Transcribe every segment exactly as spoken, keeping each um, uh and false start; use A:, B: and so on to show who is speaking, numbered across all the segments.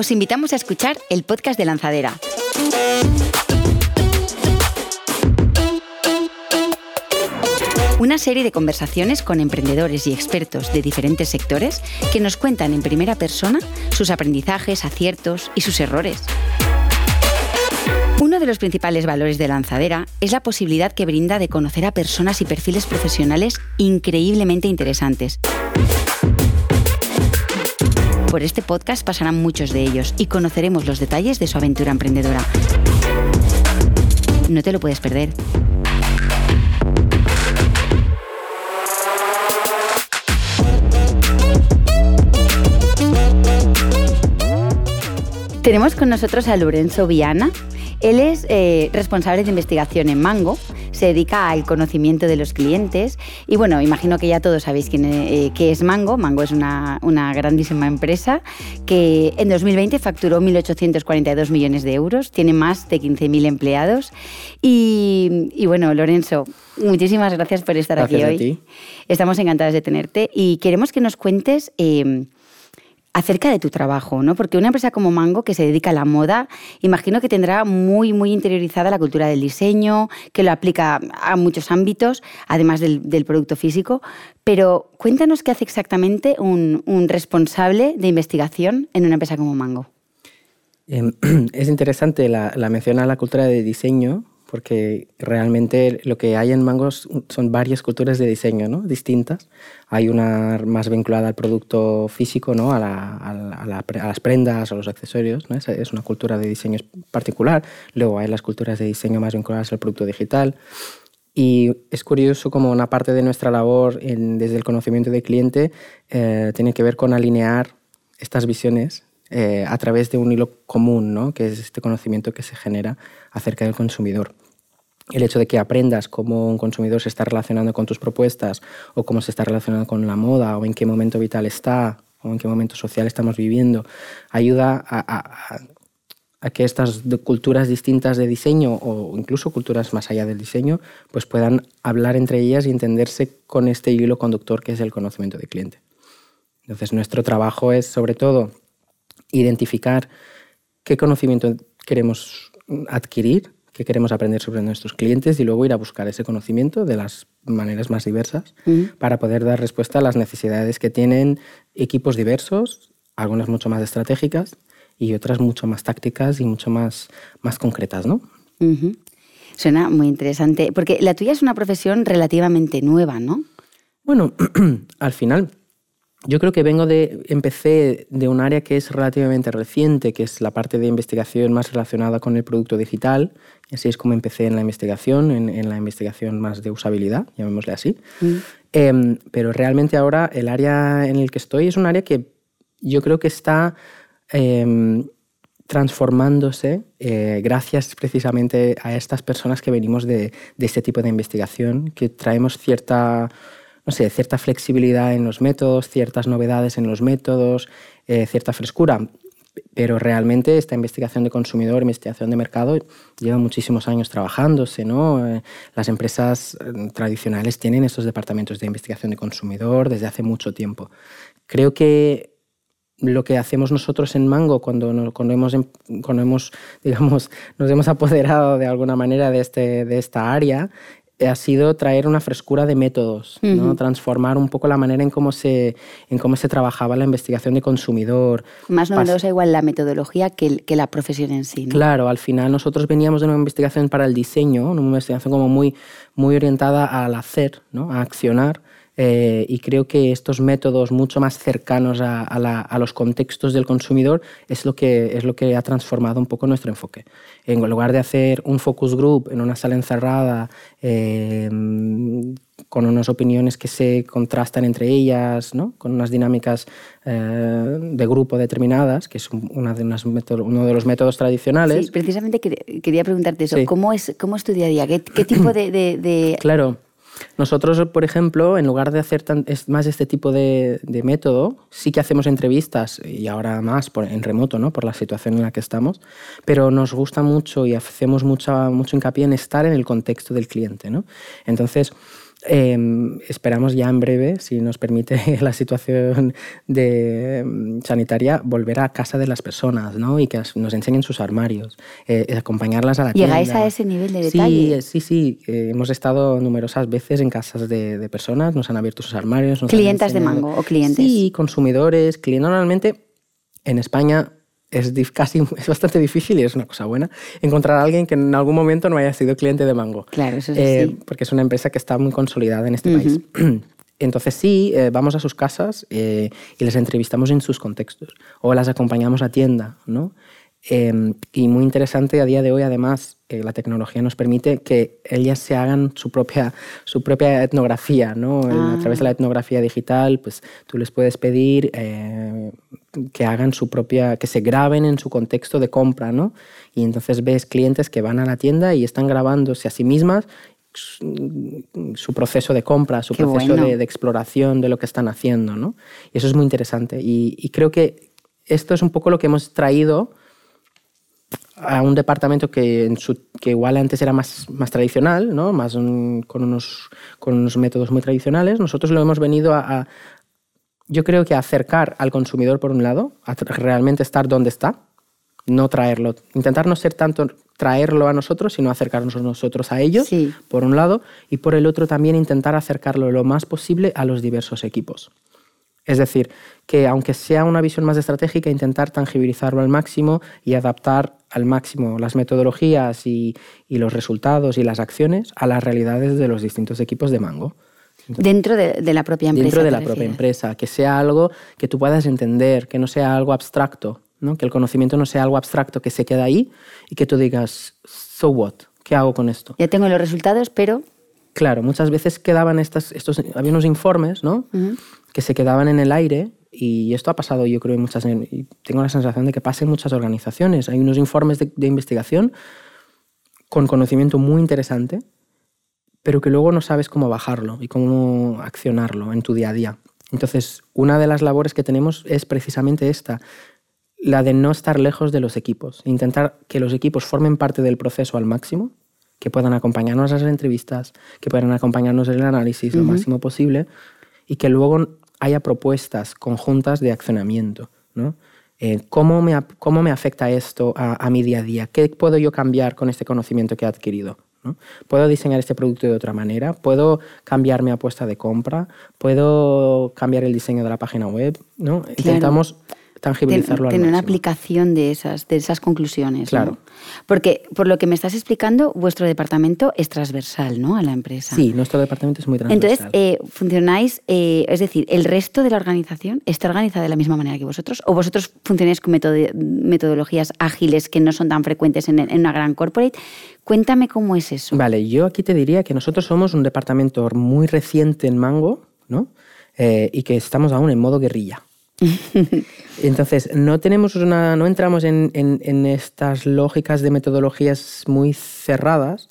A: os invitamos a escuchar el podcast de Lanzadera. Una serie de conversaciones con emprendedores y expertos de diferentes sectores que nos cuentan en primera persona sus aprendizajes, aciertos y sus errores. Uno de los principales valores de Lanzadera es la posibilidad que brinda de conocer a personas y perfiles profesionales increíblemente interesantes. Por este podcast pasarán muchos de ellos y conoceremos los detalles de su aventura emprendedora. No te lo puedes perder. Tenemos con nosotros a Lorenzo Viana. Él es eh, responsable de investigación en Mango, se dedica al conocimiento de los clientes y bueno, imagino que ya todos sabéis quién, eh, qué es Mango. Mango es una, una grandísima empresa que en dos mil veinte facturó mil ochocientos cuarenta y dos millones de euros, tiene más de quince mil empleados y, y bueno, Lorenzo, muchísimas gracias por estar
B: gracias
A: aquí hoy.
B: A ti.
A: Estamos encantados de tenerte y queremos que nos cuentes Eh, acerca de tu trabajo, ¿no? Porque una empresa como Mango, que se dedica a la moda, imagino que tendrá muy, muy interiorizada la cultura del diseño, que lo aplica a muchos ámbitos, además del, del producto físico. Pero cuéntanos qué hace exactamente un, un responsable de investigación en una empresa como Mango.
B: Eh, es interesante la, la mención a la cultura de diseño, porque realmente lo que hay en Mango son varias culturas de diseño, ¿no? Distintas. Hay una más vinculada al producto físico, ¿no? a, la, a, la, a, la, a las prendas, a los accesorios, ¿no? Esa es una cultura de diseño particular. Luego hay las culturas de diseño más vinculadas al producto digital. Y es curioso como una parte de nuestra labor en, desde el conocimiento del cliente eh, tiene que ver con alinear estas visiones Eh, a través de un hilo común, ¿no? Que es este conocimiento que se genera acerca del consumidor. El hecho de que aprendas cómo un consumidor se está relacionando con tus propuestas o cómo se está relacionando con la moda o en qué momento vital está o en qué momento social estamos viviendo, ayuda a, a, a que estas culturas distintas de diseño o incluso culturas más allá del diseño pues puedan hablar entre ellas y entenderse con este hilo conductor que es el conocimiento del cliente. Entonces, nuestro trabajo es, sobre todo, identificar qué conocimiento queremos adquirir, qué queremos aprender sobre nuestros clientes y luego ir a buscar ese conocimiento de las maneras más diversas uh-huh. para poder dar respuesta a las necesidades que tienen equipos diversos, algunas mucho más estratégicas y otras mucho más tácticas y mucho más, más concretas, ¿no?
A: Uh-huh. Suena muy interesante, porque la tuya es una profesión relativamente nueva, ¿no?
B: Bueno, al final yo creo que vengo de, empecé de un área que es relativamente reciente, que es la parte de investigación más relacionada con el producto digital. Y así es como empecé en la investigación, en, en la investigación más de usabilidad, llamémosle así. Mm. Eh, pero realmente ahora el área en el que estoy es un área que yo creo que está eh, transformándose eh, gracias precisamente a estas personas que venimos de, de este tipo de investigación, que traemos cierta... no sé, cierta flexibilidad en los métodos, ciertas novedades en los métodos, eh, cierta frescura. Pero realmente esta investigación de consumidor, investigación de mercado, lleva muchísimos años trabajándose, ¿no? Eh, las empresas tradicionales tienen estos departamentos de investigación de consumidor desde hace mucho tiempo. Creo que lo que hacemos nosotros en Mango cuando, nos, cuando, hemos, cuando hemos, digamos, nos hemos apoderado de alguna manera de, este, de esta área ha sido traer una frescura de métodos, uh-huh. ¿no? Transformar un poco la manera en cómo se, en cómo se trabajaba la investigación de consumidor.
A: Más novedosa igual la metodología que, que la profesión en sí, ¿no?
B: Claro, al final nosotros veníamos de una investigación para el diseño, una investigación como muy, muy orientada al hacer, ¿no? A accionar. Eh, y creo que estos métodos mucho más cercanos a, a, la, a los contextos del consumidor es lo, que, es lo que ha transformado un poco nuestro enfoque. En lugar de hacer un focus group en una sala encerrada eh, con unas opiniones que se contrastan entre ellas, ¿no? Con unas dinámicas eh, de grupo determinadas, que es una de unas métodos, uno de los métodos tradicionales.
A: Sí, precisamente quería preguntarte eso.
B: Sí.
A: ¿Cómo es, cómo es tu día a día? ¿Qué, qué tipo de, de, de...?
B: Claro. Nosotros, por ejemplo, en lugar de hacer tan, más este tipo de, de método, sí que hacemos entrevistas, y ahora más por, en remoto, ¿no? Por la situación en la que estamos, pero nos gusta mucho y hacemos mucha, mucho hincapié en estar en el contexto del cliente, ¿no? Entonces, Eh, esperamos ya en breve, si nos permite la situación de, sanitaria, volver a casa de las personas, ¿no? Y que nos enseñen sus armarios, eh, acompañarlas a la tienda.
A: ¿Llegáis a ese nivel de detalle?
B: Sí, sí, sí. Eh, hemos estado numerosas veces en casas de, de personas, nos han abierto sus armarios. Nos
A: ¿Clientas de Mango o clientes?
B: Sí, consumidores, clientes. Normalmente en España es, casi, es bastante difícil, y es una cosa buena, encontrar a alguien que en algún momento no haya sido cliente de Mango.
A: Claro, eso es
B: eh,
A: así.
B: Porque es una empresa que está muy consolidada en este uh-huh. país. Entonces sí, eh, vamos a sus casas eh, y les entrevistamos en sus contextos o las acompañamos a tienda, ¿no? Eh, y muy interesante a día de hoy, además, eh, la tecnología nos permite que ellas se hagan su propia, su propia etnografía, ¿no? Ah. A través de la etnografía digital, pues tú les puedes pedir eh, que hagan su propia, que se graben en su contexto de compra, ¿no? Y entonces ves clientes que van a la tienda y están grabándose a sí mismas su proceso de compra, su
A: Qué
B: proceso
A: bueno.
B: de, de exploración de lo que están haciendo, ¿no? Y eso es muy interesante. Y, y creo que esto es un poco lo que hemos traído a un departamento que, en su, que igual antes era más, más tradicional, ¿no? Más un, con, unos, con unos métodos muy tradicionales. Nosotros lo hemos venido a, a, yo creo que a acercar al consumidor por un lado, a realmente estar donde está, no traerlo, intentar no ser tanto traerlo a nosotros, sino acercarnos nosotros a ellos,
A: sí.
B: por un lado, y por el otro también intentar acercarlo lo más posible a los diversos equipos. Es decir, que aunque sea una visión más estratégica, intentar tangibilizarlo al máximo y adaptar al máximo las metodologías y, y los resultados y las acciones a las realidades de los distintos equipos de Mango.
A: Entonces, dentro de, de la propia empresa.
B: Dentro de la propia empresa, que sea algo que tú puedas entender, que no sea algo abstracto, ¿no? Que el conocimiento no sea algo abstracto que se queda ahí y que tú digas, so what, ¿qué hago con esto?
A: Ya tengo los resultados, pero...
B: Claro, muchas veces quedaban estas, estos, había unos informes, ¿no? Uh-huh. que se quedaban en el aire, y esto ha pasado, yo creo, en muchas, y tengo la sensación de que pasa en muchas organizaciones. Hay unos informes de, de investigación con conocimiento muy interesante, pero que luego no sabes cómo bajarlo y cómo accionarlo en tu día a día. Entonces, una de las labores que tenemos es precisamente esta, la de no estar lejos de los equipos, intentar que los equipos formen parte del proceso al máximo, que puedan acompañarnos a las entrevistas, que puedan acompañarnos en el análisis uh-huh. lo máximo posible, y que luego haya propuestas conjuntas de accionamiento, ¿no? Eh, ¿cómo, me, ¿Cómo me afecta esto a, a mi día a día? ¿Qué puedo yo cambiar con este conocimiento que he adquirido? ¿no? ¿Puedo diseñar este producto de otra manera? ¿Puedo cambiar mi apuesta de compra? ¿Puedo cambiar el diseño de la página web? ¿no? Claro. Intentamos tangibilizarlo al
A: Tener una
B: máximo.
A: aplicación de esas, de esas conclusiones.
B: Claro.
A: ¿no? Porque, por lo que me estás explicando, vuestro departamento es transversal, ¿no?, a la empresa.
B: Sí, nuestro departamento es muy transversal.
A: Entonces, eh, funcionáis, eh, es decir, ¿el resto de la organización está organizada de la misma manera que vosotros? ¿O vosotros funcionáis con metod- metodologías ágiles que no son tan frecuentes en, en una gran corporate? Cuéntame cómo es eso.
B: Vale, yo aquí te diría que nosotros somos un departamento muy reciente en Mango, ¿no? Eh, y que estamos aún en modo guerrilla. Entonces, no tenemos una, no entramos en, en, en estas lógicas de metodologías muy cerradas,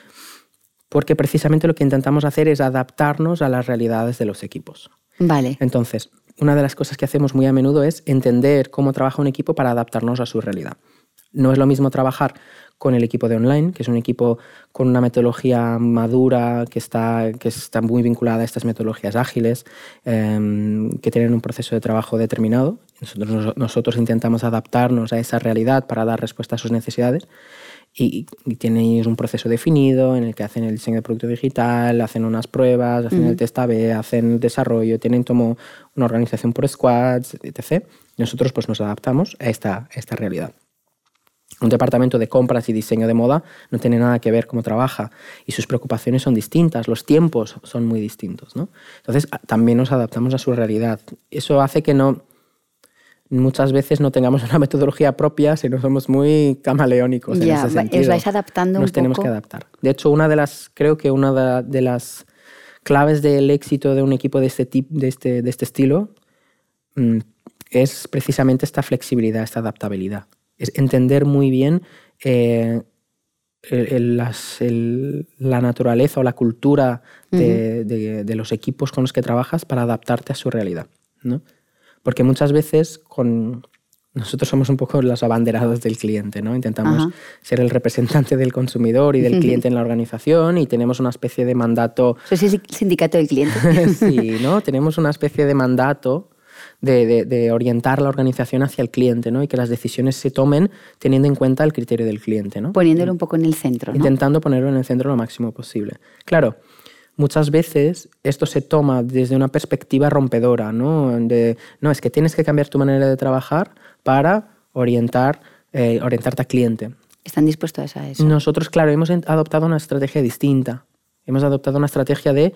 B: porque precisamente lo que intentamos hacer es adaptarnos a las realidades de los equipos.
A: Vale.
B: Entonces, una de las cosas que hacemos muy a menudo es entender cómo trabaja un equipo para adaptarnos a su realidad. No es lo mismo trabajar con el equipo de online, que es un equipo con una metodología madura, que está, que está muy vinculada a estas metodologías ágiles, eh, que tienen un proceso de trabajo determinado. Nosotros, nosotros intentamos adaptarnos a esa realidad para dar respuesta a sus necesidades. Y, y tienen un proceso definido en el que hacen el diseño de producto digital, hacen unas pruebas, hacen uh-huh. el test A B, hacen el desarrollo, tienen como una organización por squads, etcétera. Nosotros pues, nos adaptamos a esta, a esta realidad. Un departamento de compras y diseño de moda no tiene nada que ver cómo trabaja y sus preocupaciones son distintas, los tiempos son muy distintos, ¿no? Entonces, también nos adaptamos a su realidad. Eso hace que no, muchas veces no tengamos una metodología propia, sino somos muy camaleónicos en
A: ya,
B: ese sentido.
A: Os vais adaptando
B: Nos
A: un
B: tenemos
A: poco.
B: que adaptar. De hecho, una de las, creo que una de, de las claves del éxito de un equipo de este, tip, de este, de este estilo mmm, es precisamente esta flexibilidad, esta adaptabilidad. Es entender muy bien eh, el, el, las, el, la naturaleza o la cultura de, uh-huh. de, de los equipos con los que trabajas para adaptarte a su realidad, ¿no? Porque muchas veces con nosotros somos un poco los abanderados del cliente, ¿no? Intentamos
A: Ajá.
B: ser el representante del consumidor y del cliente en la organización y tenemos una especie de mandato...
A: ¿Sois el sindicato del cliente?
B: Sí, ¿no? Tenemos una especie de mandato de, de, de orientar la organización hacia el cliente, ¿no? Y que las decisiones se tomen teniendo en cuenta el criterio del cliente, ¿no?
A: Poniéndolo un poco en el centro, ¿no?
B: Intentando ponerlo en el centro lo máximo posible. Claro, muchas veces esto se toma desde una perspectiva rompedora, ¿no? De, no, es que tienes que cambiar tu manera de trabajar para orientar, eh, orientarte al cliente.
A: ¿Están dispuestos a eso?
B: Nosotros, claro, hemos adoptado una estrategia distinta. Hemos adoptado una estrategia de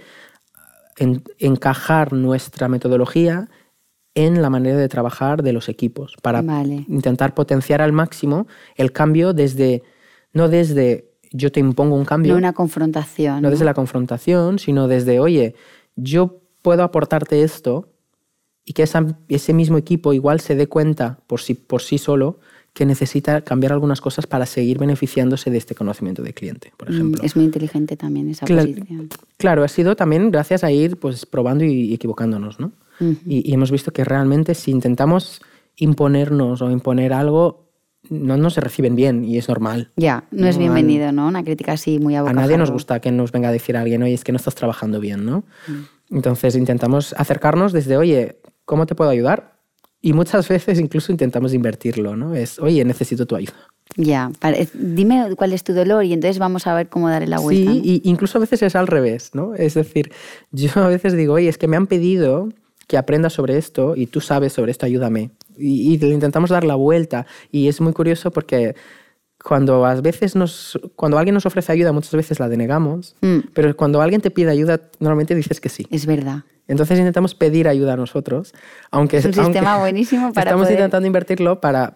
B: en, encajar nuestra metodología en la manera de trabajar de los equipos para
A: vale.
B: intentar potenciar al máximo el cambio desde, no desde yo te impongo un cambio.
A: No una confrontación.
B: No,
A: ¿no?
B: desde la confrontación, sino desde, oye, yo puedo aportarte esto y que esa, ese mismo equipo igual se dé cuenta por sí, por sí solo que necesita cambiar algunas cosas para seguir beneficiándose de este conocimiento de cliente, por ejemplo.
A: Es muy inteligente también esa
B: Cla-
A: posición.
B: Claro, ha sido también gracias a ir pues, probando y equivocándonos, ¿no?
A: Uh-huh.
B: Y, y hemos visto que realmente si intentamos imponernos o imponer algo, no, no se reciben bien y es normal.
A: Ya, no, no es bienvenido, ¿no? Una crítica así muy a bocajarro.
B: A nadie nos gusta que nos venga a decir a alguien, oye, es que no estás trabajando bien, ¿no? Mm. Entonces intentamos acercarnos desde, oye, ¿cómo te puedo ayudar? Y muchas veces incluso intentamos invertirlo, ¿no? Es, oye, necesito tu ayuda.
A: Ya, dime cuál es tu dolor y entonces vamos a ver cómo darle la vuelta.
B: Sí,
A: ¿no?
B: y incluso a veces es al revés, ¿no? Es decir, yo a veces digo, oye, es que me han pedido que aprenda sobre esto y tú sabes sobre esto, ayúdame. Y, y le intentamos dar la vuelta. Y es muy curioso porque cuando a veces nos, cuando alguien nos ofrece ayuda, muchas veces la denegamos, mm. pero cuando alguien te pide ayuda, normalmente dices que sí.
A: Es verdad.
B: Entonces intentamos pedir ayuda a nosotros, aunque
A: es un
B: aunque
A: sistema buenísimo para
B: estamos
A: poder...
B: intentando invertirlo para,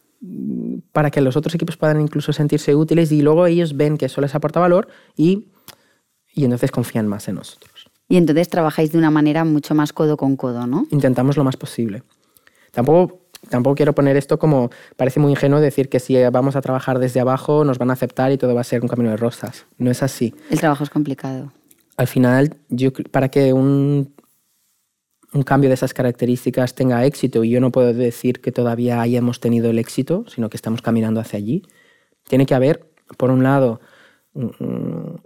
B: para que los otros equipos puedan incluso sentirse útiles y luego ellos ven que eso les aporta valor y, y entonces confían más en nosotros.
A: Y entonces trabajáis de una manera mucho más codo con codo, ¿no?
B: Intentamos lo más posible. Tampoco, tampoco quiero poner esto como, parece muy ingenuo decir que si vamos a trabajar desde abajo nos van a aceptar y todo va a ser un camino de rosas. No es así.
A: El trabajo es complicado.
B: Al final, yo, para que un, un cambio de esas características tenga éxito, y yo no puedo decir que todavía hayamos tenido el éxito, sino que estamos caminando hacia allí, tiene que haber, por un lado, un,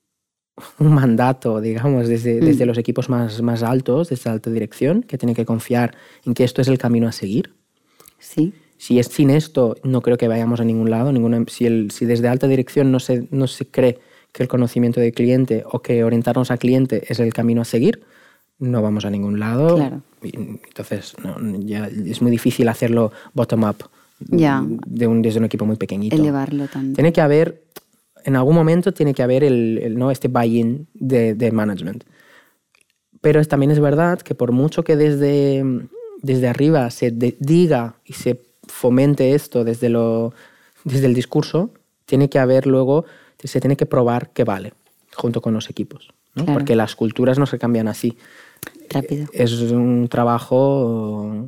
B: un mandato, digamos, desde, mm. desde los equipos más, más altos, desde la alta dirección, que tiene que confiar en que esto es el camino a seguir.
A: Sí.
B: Si es sin esto, no creo que vayamos a ningún lado. Ninguna, si, el, si desde alta dirección no se, no se cree que el conocimiento del cliente o que orientarnos al cliente es el camino a seguir, no vamos a ningún lado.
A: Claro.
B: Y, entonces, no, ya es muy difícil hacerlo bottom-up,
A: ya.
B: de un, desde un equipo muy pequeñito.
A: Elevarlo tanto.
B: Tiene que haber, en algún momento tiene que haber el, el, ¿no? este buy-in de, de management. Pero es, también es verdad que por mucho que desde, desde arriba se de, diga y se fomente esto desde, lo, desde el discurso, tiene que haber luego, se tiene que probar que vale, junto con los equipos, ¿no? Claro. Porque las culturas no se cambian así.
A: Rápido.
B: Es un trabajo,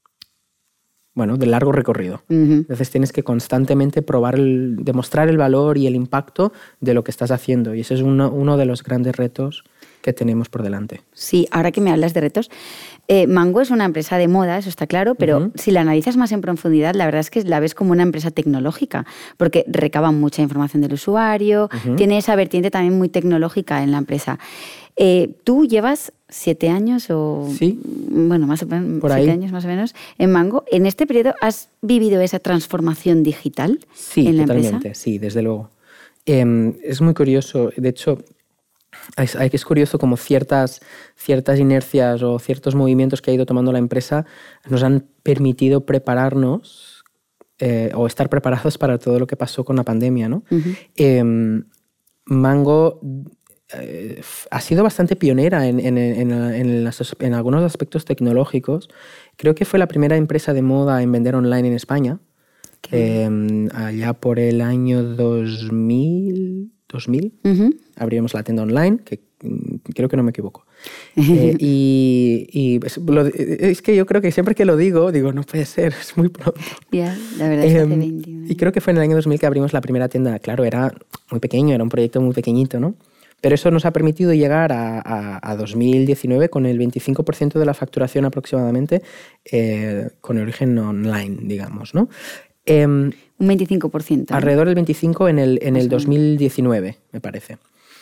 B: bueno, de largo recorrido.
A: Uh-huh.
B: Entonces tienes que constantemente probar, el, demostrar el valor y el impacto de lo que estás haciendo. Y ese es uno, uno de los grandes retos que tenemos por delante.
A: Sí, ahora que me hablas de retos, eh, Mango es una empresa de moda, eso está claro, pero uh-huh. si la analizas más en profundidad, la verdad es que la ves como una empresa tecnológica, porque recaba mucha información del usuario, uh-huh. tiene esa vertiente también muy tecnológica en la empresa. Eh, ¿Tú llevas siete años o...?
B: Sí.
A: Bueno, más o menos,
B: por
A: siete
B: ahí.
A: años más o menos en Mango. ¿En este periodo has vivido esa transformación digital
B: sí,
A: en la
B: totalmente,
A: empresa?
B: Sí, desde luego. Eh, es muy curioso, de hecho... Es, es curioso como ciertas, ciertas inercias o ciertos movimientos que ha ido tomando la empresa nos han permitido prepararnos eh, o estar preparados para todo lo que pasó con la pandemia, ¿no? Uh-huh. Eh, Mango eh, ha sido bastante pionera en, en, en, en, las, en algunos aspectos tecnológicos. Creo que fue la primera empresa de moda en vender online en España. Eh, allá por el año dos mil... dos mil, uh-huh. abrimos la tienda online, que creo que no me equivoco. eh, y y es, lo, es que yo creo que siempre que lo digo, digo, no puede ser, es muy pronto.
A: Ya, yeah, la verdad es que hace veinte.
B: Y creo que fue en el año dos mil que abrimos la primera tienda. Claro, era muy pequeño, era un proyecto muy pequeñito, ¿no? Pero eso nos ha permitido llegar a, a, a dos mil diecinueve con el veinticinco por ciento de la facturación aproximadamente eh, con origen online, digamos, ¿no? Eh,
A: Un veinticinco por ciento. ¿no?
B: Alrededor del veinticinco por ciento en el, en el dos mil diecinueve, me parece.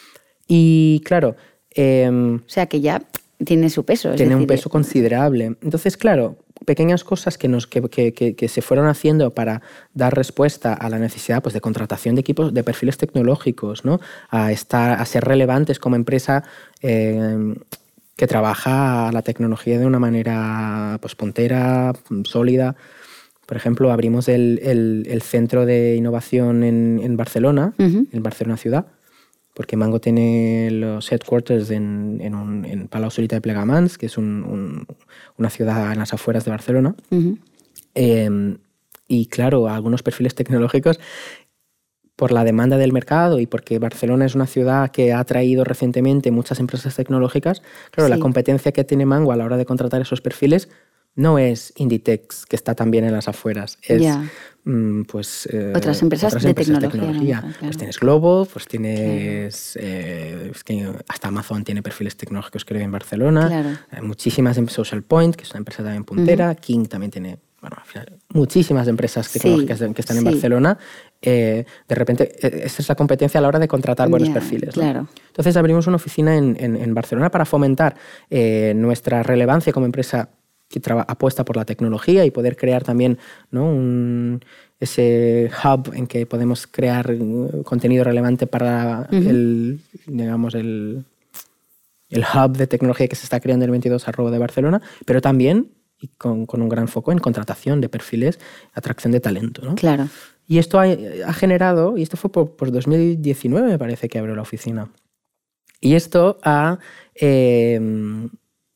B: Y claro... Eh,
A: o sea que ya tiene su peso. Es
B: tiene
A: decir,
B: un peso considerable. Entonces, claro, pequeñas cosas que, nos, que, que, que, que se fueron haciendo para dar respuesta a la necesidad pues, de contratación de equipos, de perfiles tecnológicos, ¿no? a, estar, a ser relevantes como empresa eh, que trabaja la tecnología de una manera pues, puntera, sólida. Por ejemplo, abrimos el, el, el centro de innovación en, en Barcelona, uh-huh. en Barcelona ciudad, porque Mango tiene los headquarters en, en, un, en Palau-Solità de Plegamans, que es un, un, una ciudad en las afueras de Barcelona. Uh-huh. Eh, y claro, algunos perfiles tecnológicos, por la demanda del mercado y porque Barcelona es una ciudad que ha atraído recientemente muchas empresas tecnológicas, claro, sí. la competencia que tiene Mango a la hora de contratar esos perfiles no es Inditex, que está también en las afueras, es yeah. mm, pues, eh,
A: otras empresas,
B: otras
A: de,
B: empresas
A: tecnología,
B: de tecnología.
A: ¿no? Claro.
B: Pues tienes Globo, pues tienes claro. eh, es que hasta Amazon tiene perfiles tecnológicos, creo, en Barcelona. Claro. Hay muchísimas empresas, Social Point, que es una empresa también puntera, uh-huh. King también tiene, bueno, al final, muchísimas empresas tecnológicas sí, que están en sí. Barcelona. Eh, de repente, esa es la competencia a la hora de contratar buenos yeah, perfiles. ¿no?
A: Claro.
B: Entonces abrimos una oficina en, en, en Barcelona para fomentar eh, nuestra relevancia como empresa que traba, apuesta por la tecnología y poder crear también, ¿no? un, ese hub en que podemos crear contenido relevante para uh-huh. el, digamos, el, el hub de tecnología que se está creando en el veintidós arroba de Barcelona, pero también y con, con un gran foco en contratación de perfiles, atracción de talento. ¿no?
A: Claro.
B: Y esto ha, ha generado, y esto fue por, por dos mil diecinueve me parece que abrió la oficina, y esto ha... Eh,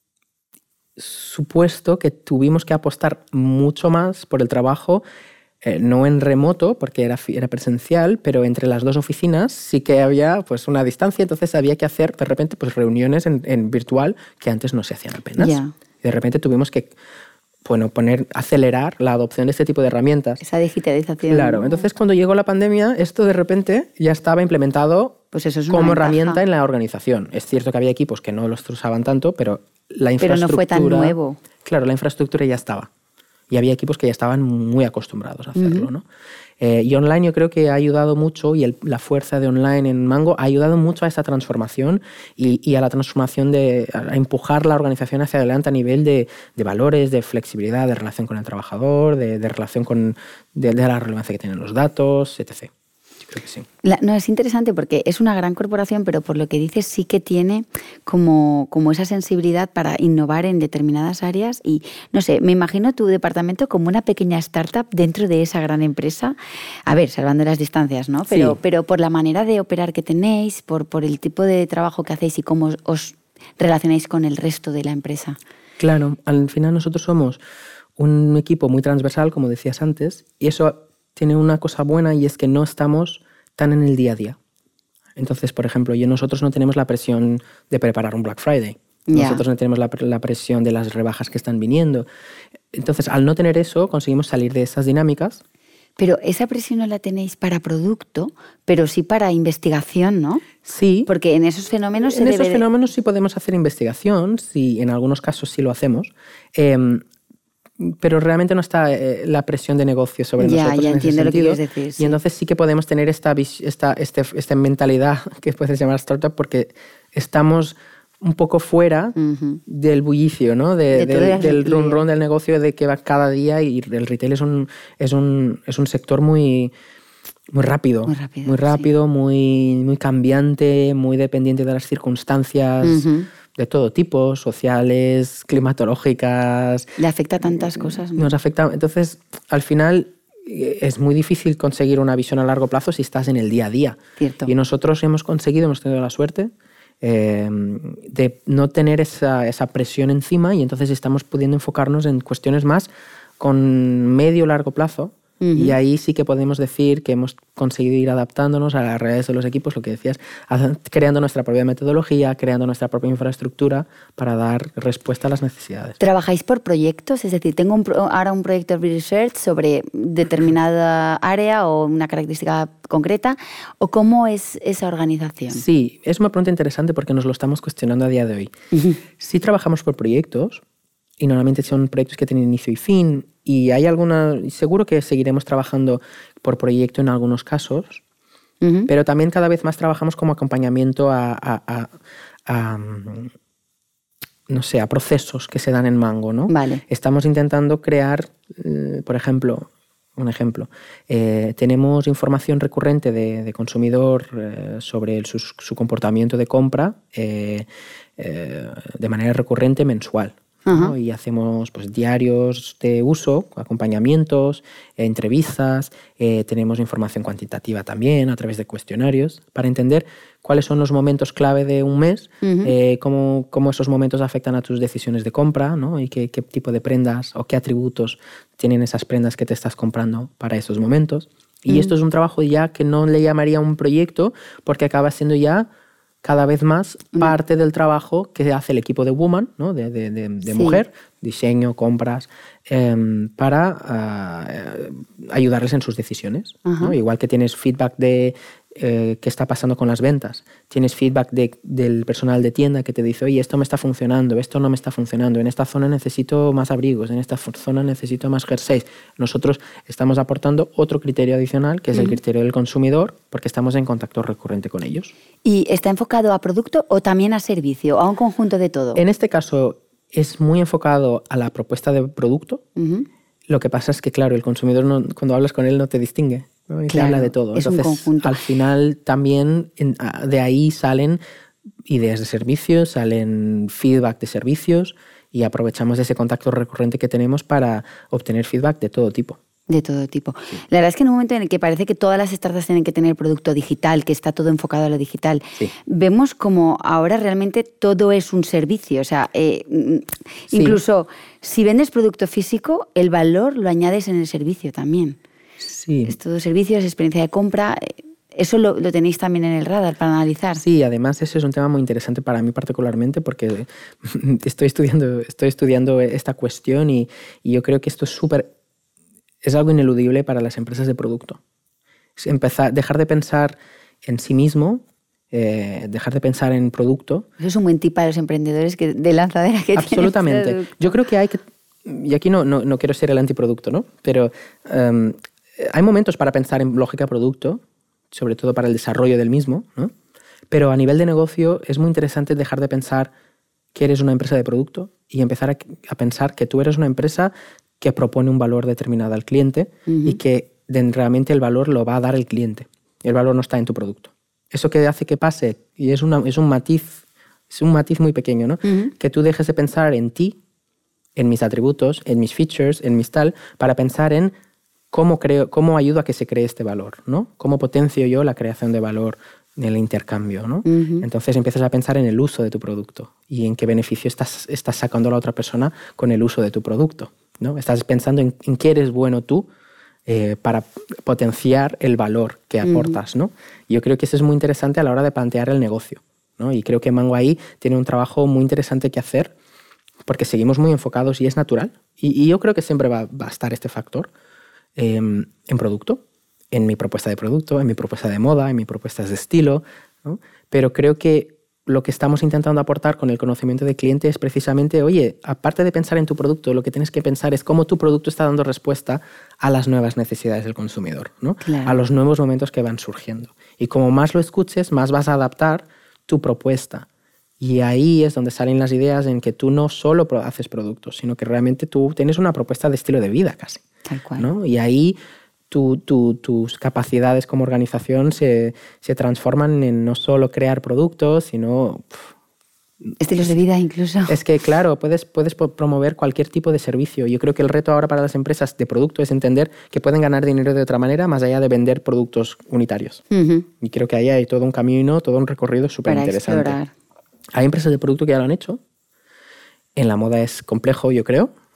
B: supuesto que tuvimos que apostar mucho más por el trabajo, eh, no en remoto, porque era, era presencial, pero entre las dos oficinas sí que había pues, una distancia, entonces había que hacer de repente pues, reuniones en, en virtual que antes no se hacían apenas.
A: Yeah.
B: Y de repente tuvimos que bueno, poner, acelerar la adopción de este tipo de herramientas.
A: Esa digitalización.
B: Claro, entonces cuando llegó la pandemia, esto de repente ya estaba implementado
A: pues eso es una
B: como
A: ventaja.
B: herramienta en la organización. Es cierto que había equipos que no los usaban tanto, pero la infraestructura...
A: Pero no fue tan nuevo.
B: Claro, la infraestructura ya estaba. Y había equipos que ya estaban muy acostumbrados a hacerlo, uh-huh. ¿no? Eh, y online yo creo que ha ayudado mucho, y el, la fuerza de online en Mango ha ayudado mucho a esta transformación y, y a la transformación de... a empujar la organización hacia adelante a nivel de, de valores, de flexibilidad, de relación con el trabajador, de, de relación con... De, de la relevancia que tienen los datos, etcétera. Creo que sí.
A: La, no, es interesante porque es una gran corporación, pero por lo que dices sí que tiene como, como esa sensibilidad para innovar en determinadas áreas y, no sé, me imagino tu departamento como una pequeña startup dentro de esa gran empresa. A ver, salvando las distancias, ¿no? Pero, sí. pero por la manera de operar que tenéis, por, por el tipo de trabajo que hacéis y cómo os, os relacionáis con el resto de la empresa.
B: Claro, al final nosotros somos un equipo muy transversal, como decías antes, y eso... tiene una cosa buena y es que no estamos tan en el día a día. Entonces, por ejemplo, yo, nosotros no tenemos la presión de preparar un Black Friday. Yeah. Nosotros no tenemos la, la presión de las rebajas que están viniendo. Entonces, al no tener eso, conseguimos salir de esas dinámicas.
A: Pero esa presión no la tenéis para producto, pero sí para investigación, ¿no?
B: Sí.
A: Porque en esos fenómenos...
B: En
A: se
B: esos
A: debe...
B: fenómenos sí podemos hacer investigación, sí, en algunos casos sí lo hacemos. Eh, pero realmente no está eh, la presión de negocio sobre
A: ya,
B: nosotros
A: ya
B: en ese
A: entiendo
B: sentido.
A: Lo que quieres decir, sí.
B: Y entonces sí que podemos tener esta, esta, este, esta mentalidad que puedes llamar startup porque estamos un poco fuera uh-huh. del bullicio, ¿no? De, de del, del run run del negocio de que va cada día, y el retail es un, es un, es un sector muy... Muy rápido,
A: muy rápido,
B: muy, rápido
A: sí.
B: muy, muy cambiante, muy dependiente de las circunstancias uh-huh. de todo tipo, sociales, climatológicas.
A: Le afecta a tantas cosas, ¿no?
B: Nos afecta. Entonces, al final, es muy difícil conseguir una visión a largo plazo si estás en el día a día.
A: Cierto.
B: Y nosotros hemos conseguido, hemos tenido la suerte eh, de no tener esa, esa presión encima, y entonces estamos pudiendo enfocarnos en cuestiones más con medio largo plazo. Uh-huh. Y ahí sí que podemos decir que hemos conseguido ir adaptándonos a las realidades de los equipos, lo que decías, creando nuestra propia metodología, creando nuestra propia infraestructura para dar respuesta a las necesidades.
A: ¿Trabajáis por proyectos? Es decir, tengo un, ahora un proyecto de research sobre determinada área o una característica concreta, ¿o cómo es esa organización?
B: Sí, es una pregunta interesante porque nos lo estamos cuestionando a día de hoy. Uh-huh. Sí trabajamos por proyectos, y normalmente son proyectos que tienen inicio y fin, y hay alguna, seguro que seguiremos trabajando por proyecto en algunos casos, uh-huh. pero también cada vez más trabajamos como acompañamiento a, a, a, a, no sé, a procesos que se dan en Mango, ¿no?
A: Vale.
B: Estamos intentando crear, eh, por ejemplo, un ejemplo, eh, tenemos información recurrente de, de consumidor eh, sobre el, su, su comportamiento de compra eh, eh, de manera recurrente mensual. ¿no? Y hacemos pues, diarios de uso, acompañamientos, eh, entrevistas, eh, tenemos información cuantitativa también a través de cuestionarios para entender cuáles son los momentos clave de un mes, uh-huh. eh, cómo, cómo esos momentos afectan a tus decisiones de compra, ¿no? Y qué, qué tipo de prendas o qué atributos tienen esas prendas que te estás comprando para esos momentos. Y uh-huh. esto es un trabajo ya que no le llamaría un proyecto porque acaba siendo ya cada vez más parte del trabajo que hace el equipo de Woman, ¿no? de, de, de, de sí. mujer, diseño, compras, eh, para uh, ayudarles en sus decisiones. ¿no? Igual que tienes feedback de eh, qué está pasando con las ventas, tienes feedback de, del personal de tienda que te dice, oye, esto me está funcionando, esto no me está funcionando, en esta zona necesito más abrigos, en esta zona necesito más jerseys. Nosotros estamos aportando otro criterio adicional, que es uh-huh. el criterio del consumidor, porque estamos en contacto recurrente con ellos.
A: ¿Y está enfocado a producto o también a servicio, a un conjunto de todo?
B: En este caso es muy enfocado a la propuesta de producto. Uh-huh. Lo que pasa es que, claro, el consumidor no, cuando hablas con él no te distingue, ¿no? Y claro, te habla de todo.
A: Es
B: Entonces,
A: un conjunto.
B: Al final también en, de ahí salen ideas de servicios, salen feedback de servicios y aprovechamos ese contacto recurrente que tenemos para obtener feedback de todo tipo.
A: De todo tipo. Sí. La verdad es que en un momento en el que parece que todas las startups tienen que tener producto digital, que está todo enfocado a lo digital, sí. vemos como ahora realmente todo es un servicio. O sea, eh, sí. incluso si vendes producto físico, el valor lo añades en el servicio también.
B: Sí.
A: Es todo servicios, experiencia de compra. ¿Eso lo, lo tenéis también en el radar para analizar?
B: Sí, además eso es un tema muy interesante para mí particularmente porque estoy estudiando, estoy estudiando esta cuestión y, y yo creo que esto es súper... Es algo ineludible para las empresas de producto. Es empezar, dejar de pensar en sí mismo, eh, dejar de pensar en producto.
A: Eso es un buen tip para los emprendedores que, de lanzadera que
B: Absolutamente.
A: tienen.
B: Yo creo que hay que... Y aquí no, no, no quiero ser el antiproducto, ¿no? Pero um, hay momentos para pensar en lógica producto, sobre todo para el desarrollo del mismo, ¿no? Pero a nivel de negocio es muy interesante dejar de pensar que eres una empresa de producto y empezar a, a pensar que tú eres una empresa que propone un valor determinado al cliente uh-huh. y que de, realmente el valor lo va a dar el cliente. El valor no está en tu producto. Eso que hace que pase, y es, una, es un matiz, es un matiz muy pequeño, ¿no? Uh-huh. Que tú dejes de pensar en ti, en mis atributos, en mis features, en mis tal, para pensar en cómo, creo, cómo ayudo a que se cree este valor, ¿no? Cómo potencio yo la creación de valor en el intercambio, ¿no? Uh-huh. Entonces empiezas a pensar en el uso de tu producto y en qué beneficio estás, estás sacando a la otra persona con el uso de tu producto. ¿no? Estás pensando en, en qué eres bueno tú eh, para potenciar el valor que aportas. ¿no? Yo creo que eso es muy interesante a la hora de plantear el negocio. ¿no? Y creo que Mango ahí tiene un trabajo muy interesante que hacer porque seguimos muy enfocados y es natural. Y, y yo creo que siempre va, va a estar este factor eh, en producto, en mi propuesta de producto, en mi propuesta de moda, en mis propuestas de estilo. ¿no? Pero creo que lo que estamos intentando aportar con el conocimiento del cliente es precisamente, oye, aparte de pensar en tu producto, lo que tienes que pensar es cómo tu producto está dando respuesta a las nuevas necesidades del consumidor, ¿no?
A: Claro.
B: A los nuevos momentos que van surgiendo. Y como más lo escuches, más vas a adaptar tu propuesta. Y ahí es donde salen las ideas en que tú no solo haces productos, sino que realmente tú tienes una propuesta de estilo de vida casi.
A: Tal cual.
B: ¿no? Y ahí Tu, tu, tus capacidades como organización se, se transforman en no solo crear productos, sino... Pff,
A: estilos de vida incluso.
B: Es que, claro, puedes, puedes promover cualquier tipo de servicio. Yo creo que el reto ahora para las empresas de producto es entender que pueden ganar dinero de otra manera más allá de vender productos unitarios. Uh-huh. Y creo que ahí hay todo un camino, todo un recorrido súper interesante. Hay empresas de producto que ya lo han hecho. En la moda es complejo, yo creo.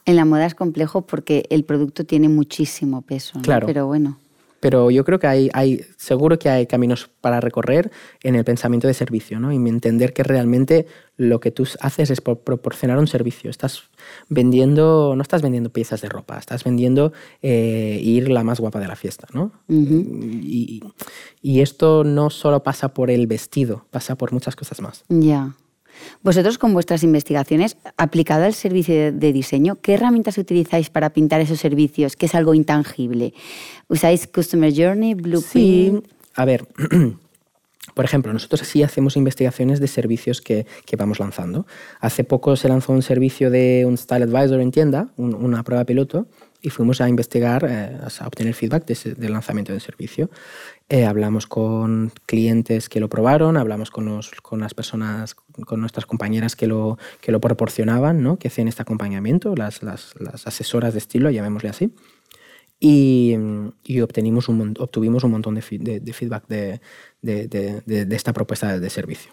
A: En la moda es complejo porque el producto tiene muchísimo peso, ¿no?
B: Claro.
A: Pero bueno.
B: Pero yo creo que hay, hay, seguro que hay caminos para recorrer en el pensamiento de servicio, ¿no? Y entender que realmente lo que tú haces es proporcionar un servicio. Estás vendiendo, no estás vendiendo piezas de ropa, estás vendiendo eh, ir la más guapa de la fiesta, ¿no?
A: Uh-huh.
B: Y, y esto no solo pasa por el vestido, pasa por muchas cosas más.
A: Ya. Yeah. Vosotros, con vuestras investigaciones, aplicado al servicio de diseño, ¿qué herramientas utilizáis para pintar esos servicios, que es algo intangible? ¿Usáis Customer Journey, Blueprint?
B: Sí, a ver, por ejemplo, nosotros sí hacemos investigaciones de servicios que, que vamos lanzando. Hace poco se lanzó un servicio de un Style Advisor en tienda, un, una prueba piloto, y fuimos a investigar, eh, a obtener feedback de ese, del lanzamiento del servicio. Eh, hablamos con clientes que lo probaron, hablamos con, los, con las personas, con nuestras compañeras que lo, que lo proporcionaban, ¿no? Que hacían este acompañamiento, las, las, las asesoras de estilo, llamémosle así. Y, y obtenimos un, obtuvimos un montón de, de, de feedback de, de, de, de, de esta propuesta de, de servicio.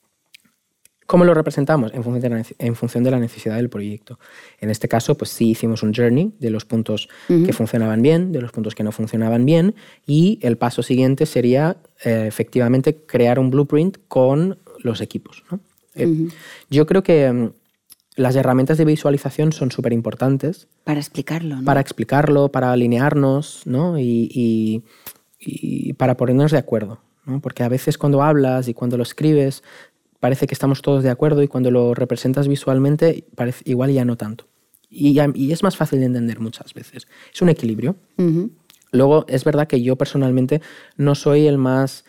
B: ¿Cómo lo representamos? En función, de la, en función de la necesidad del proyecto. En este caso, pues sí hicimos un journey de los puntos uh-huh. que funcionaban bien, de los puntos que no funcionaban bien, y el paso siguiente sería eh, efectivamente crear un blueprint con los equipos, ¿no? Uh-huh. eh, yo creo que um, las herramientas de visualización son súper importantes.
A: Para explicarlo, ¿no?
B: Para explicarlo, para alinearnos, ¿no? y, y, y para ponernos de acuerdo, ¿no? Porque a veces cuando hablas y cuando lo escribes parece que estamos todos de acuerdo y cuando lo representas visualmente parece, igual ya no tanto. Y, ya, y es más fácil de entender muchas veces. Es un equilibrio. Uh-huh. Luego, es verdad que yo personalmente no soy el más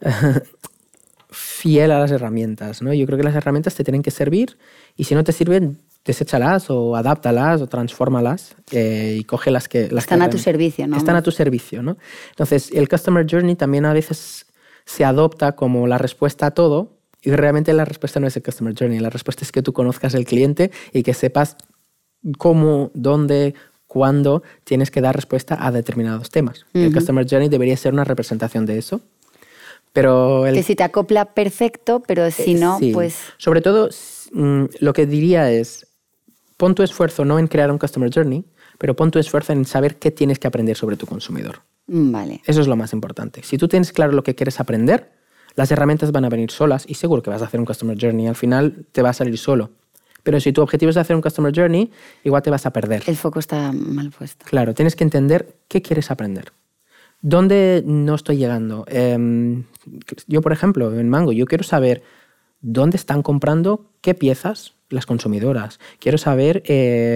B: fiel a las herramientas, ¿no? Yo creo que las herramientas te tienen que servir y si no te sirven, deséchalas o adáptalas o transfórmalas eh, y coge las que... Las
A: están
B: que
A: a tu servicio, ¿no?
B: Están a tu servicio, ¿no? Entonces, el Customer Journey también a veces se adopta como la respuesta a todo. Y realmente la respuesta no es el Customer Journey, la respuesta es que tú conozcas el cliente y que sepas cómo, dónde, cuándo tienes que dar respuesta a determinados temas. Uh-huh. El Customer Journey debería ser una representación de eso. Pero el...
A: Que si te acopla, perfecto, pero si no,
B: sí.
A: pues...
B: Sobre todo, lo que diría es, pon tu esfuerzo no en crear un Customer Journey, pero pon tu esfuerzo en saber qué tienes que aprender sobre tu consumidor.
A: Vale.
B: Eso es lo más importante. Si tú tienes claro lo que quieres aprender, las herramientas van a venir solas y seguro que vas a hacer un Customer Journey. Al final te va a salir solo. Pero si tu objetivo es hacer un Customer Journey, igual te vas a perder.
A: El foco está mal puesto.
B: Claro, tienes que entender qué quieres aprender. ¿Dónde no estoy llegando? Eh, yo, por ejemplo, en Mango, yo quiero saber dónde están comprando qué piezas las consumidoras. Quiero saber eh,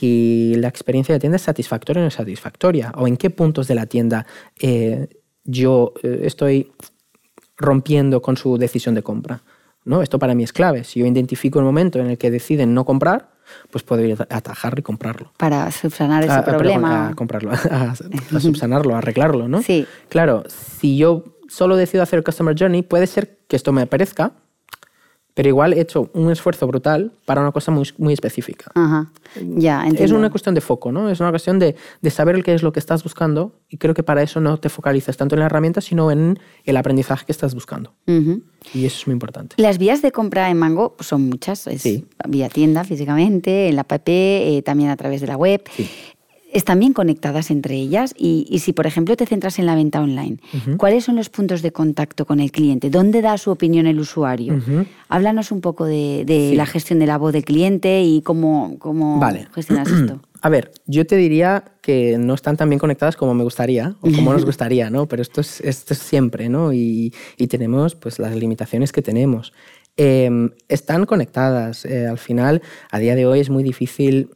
B: si la experiencia de tienda es satisfactoria o no es satisfactoria. O en qué puntos de la tienda eh, yo eh, estoy... rompiendo con su decisión de compra, ¿no? Esto para mí es clave. Si yo identifico el momento en el que deciden no comprar, pues puedo ir a atajarlo y comprarlo.
A: Para subsanar ese
B: a,
A: problema.
B: A, a comprarlo, a, a subsanarlo, a arreglarlo, ¿no?
A: Sí.
B: Claro, si yo solo decido hacer el Customer Journey, puede ser que esto me aparezca, pero igual he hecho un esfuerzo brutal para una cosa muy, muy específica.
A: Ajá. Ya, entiendo.
B: Es una cuestión de foco, ¿no? Es una cuestión de, de saber qué es lo que estás buscando y creo que para eso no te focalizas tanto en la herramienta, sino en el aprendizaje que estás buscando. Uh-huh. Y eso es muy importante.
A: Las vías de compra en Mango son muchas. Es
B: sí.
A: Vía tienda, físicamente, en la app, eh, también a través de la web.
B: Sí.
A: Están bien conectadas entre ellas y, y si, por ejemplo, te centras en la venta online, uh-huh. ¿cuáles son los puntos de contacto con el cliente? ¿Dónde da su opinión el usuario? Uh-huh. Háblanos un poco de, de sí. la gestión de la voz del cliente y cómo, cómo
B: vale.
A: gestionas esto.
B: A ver, yo te diría que no están tan bien conectadas como me gustaría o como nos gustaría, ¿no? Pero esto es, esto es siempre, ¿no? Y, y tenemos pues, las limitaciones que tenemos. Eh, están conectadas. Eh, al final, a día de hoy es muy difícil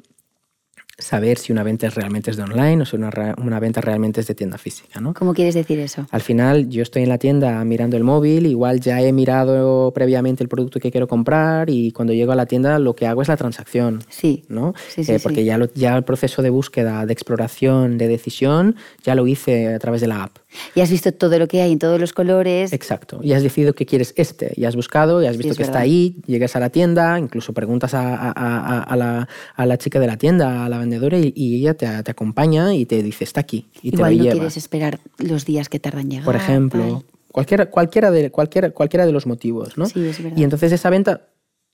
B: saber si una venta realmente es de online o si una, una venta realmente es de tienda física, ¿no?
A: ¿Cómo quieres decir eso?
B: Al final, yo estoy en la tienda mirando el móvil, igual ya he mirado previamente el producto que quiero comprar y cuando llego a la tienda lo que hago es la transacción.
A: Sí.
B: ¿no?
A: Sí, sí,
B: eh, porque
A: sí.
B: Ya, lo, ya el proceso de búsqueda, de exploración, de decisión, ya lo hice a través de la app.
A: Y has visto todo lo que hay en todos los colores.
B: Exacto. Y has decidido que quieres este. Y has buscado, y has visto sí, que verdad. Está ahí, llegas a la tienda, incluso preguntas a, a, a, a, la, a la chica de la tienda, a la vendedora, y, y ella te, te acompaña y te dice, está aquí. Y
A: igual
B: te lo
A: no
B: lleva.
A: Quieres esperar los días que tardan en llegar.
B: Por ejemplo, cualquiera, cualquiera, de, cualquiera, cualquiera de los motivos, ¿no?
A: Sí, es verdad.
B: Y entonces esa venta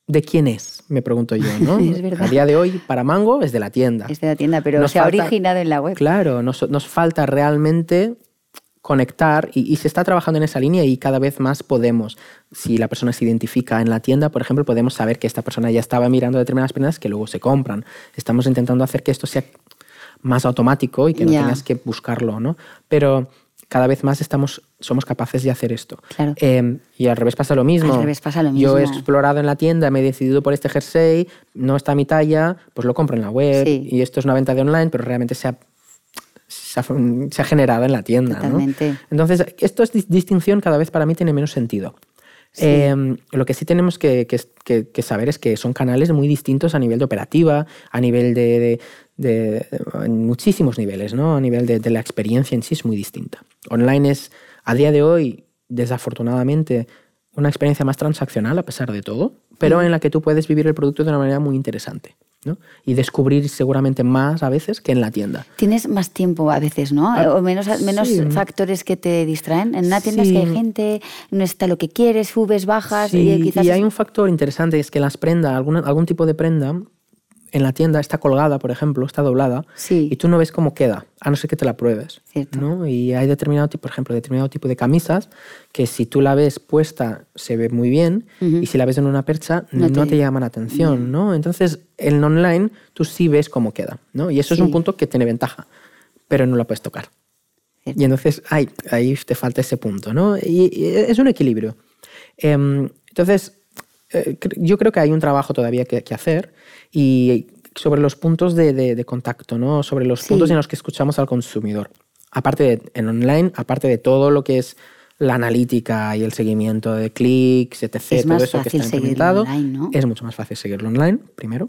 B: ¿de quién es? Me pregunto yo, ¿no?
A: Es verdad.
B: A día de hoy, para Mango, es de la tienda.
A: Es de la tienda, pero
B: Nos
A: se ha
B: falta-
A: originado en la web.
B: Claro, nos, nos falta realmente conectar y, y se está trabajando en esa línea y cada vez más podemos, si la persona se identifica en la tienda, por ejemplo, podemos saber que esta persona ya estaba mirando determinadas prendas que luego se compran. Estamos intentando hacer que esto sea más automático y que no
A: Ya.
B: tengas que buscarlo, ¿no? Pero cada vez más estamos, somos capaces de hacer esto.
A: Claro.
B: Eh, y al revés pasa lo mismo.
A: Al revés pasa lo
B: Yo he
A: mismo.
B: explorado en la tienda, me he decidido por este jersey, no está a mi talla, pues lo compro en la web.
A: Sí.
B: Y esto es una venta de online, pero realmente se ha, se ha, se ha generado en la tienda, ¿no?
A: Totalmente.
B: Entonces, esto es dis- distinción cada vez para mí tiene menos sentido.
A: Sí.
B: Eh, lo que sí tenemos que, que- que- que saber es que son canales muy distintos a nivel de operativa, a nivel de, de- de- en muchísimos niveles, ¿no? A nivel de, de la experiencia en sí es muy distinta. Online es, a día de hoy, desafortunadamente, una experiencia más transaccional a pesar de todo, pero
A: Mm.
B: en la que tú puedes vivir el producto de una manera muy interesante, ¿no? Y descubrir seguramente más a veces que en la tienda.
A: Tienes más tiempo a veces, ¿no?
B: Ah,
A: O menos, menos
B: sí.
A: factores que te distraen. En una tienda
B: Sí.
A: es que hay gente, no está lo que quieres, subes, bajas
B: Sí,
A: y quizás...
B: y
A: es-
B: hay un factor interesante, es que las prendas, alguna, algún tipo de prenda en la tienda está colgada, por ejemplo, está doblada,
A: Sí.
B: y tú no ves cómo queda, a no ser que te la pruebes.
A: Cierto.
B: ¿no? Y hay determinado tipo, por ejemplo, determinado tipo de camisas que si tú la ves puesta se ve muy bien,
A: Ujú.
B: y si la ves en una percha
A: No
B: no,
A: te-
B: te llaman la atención, ¿no? Entonces, en online tú sí ves cómo queda, ¿no? Y eso es
A: Sí.
B: un punto que tiene ventaja, pero no la puedes tocar.
A: Cierto.
B: Y entonces ay, ahí te falta ese punto, ¿no? Y, y es un equilibrio. Em, entonces, eh, cre- yo creo que hay un trabajo todavía que, que hacer y sobre los puntos de, de- de contacto, ¿no? Sobre los
A: Sí.
B: puntos en los que escuchamos al consumidor. Aparte de, en online, aparte de todo lo que es la analítica y el seguimiento de clics, etcétera,
A: Es
B: todo
A: más
B: eso que
A: fácil
B: está
A: seguirlo
B: implementado,
A: online, ¿no?
B: es mucho más fácil seguirlo online, primero.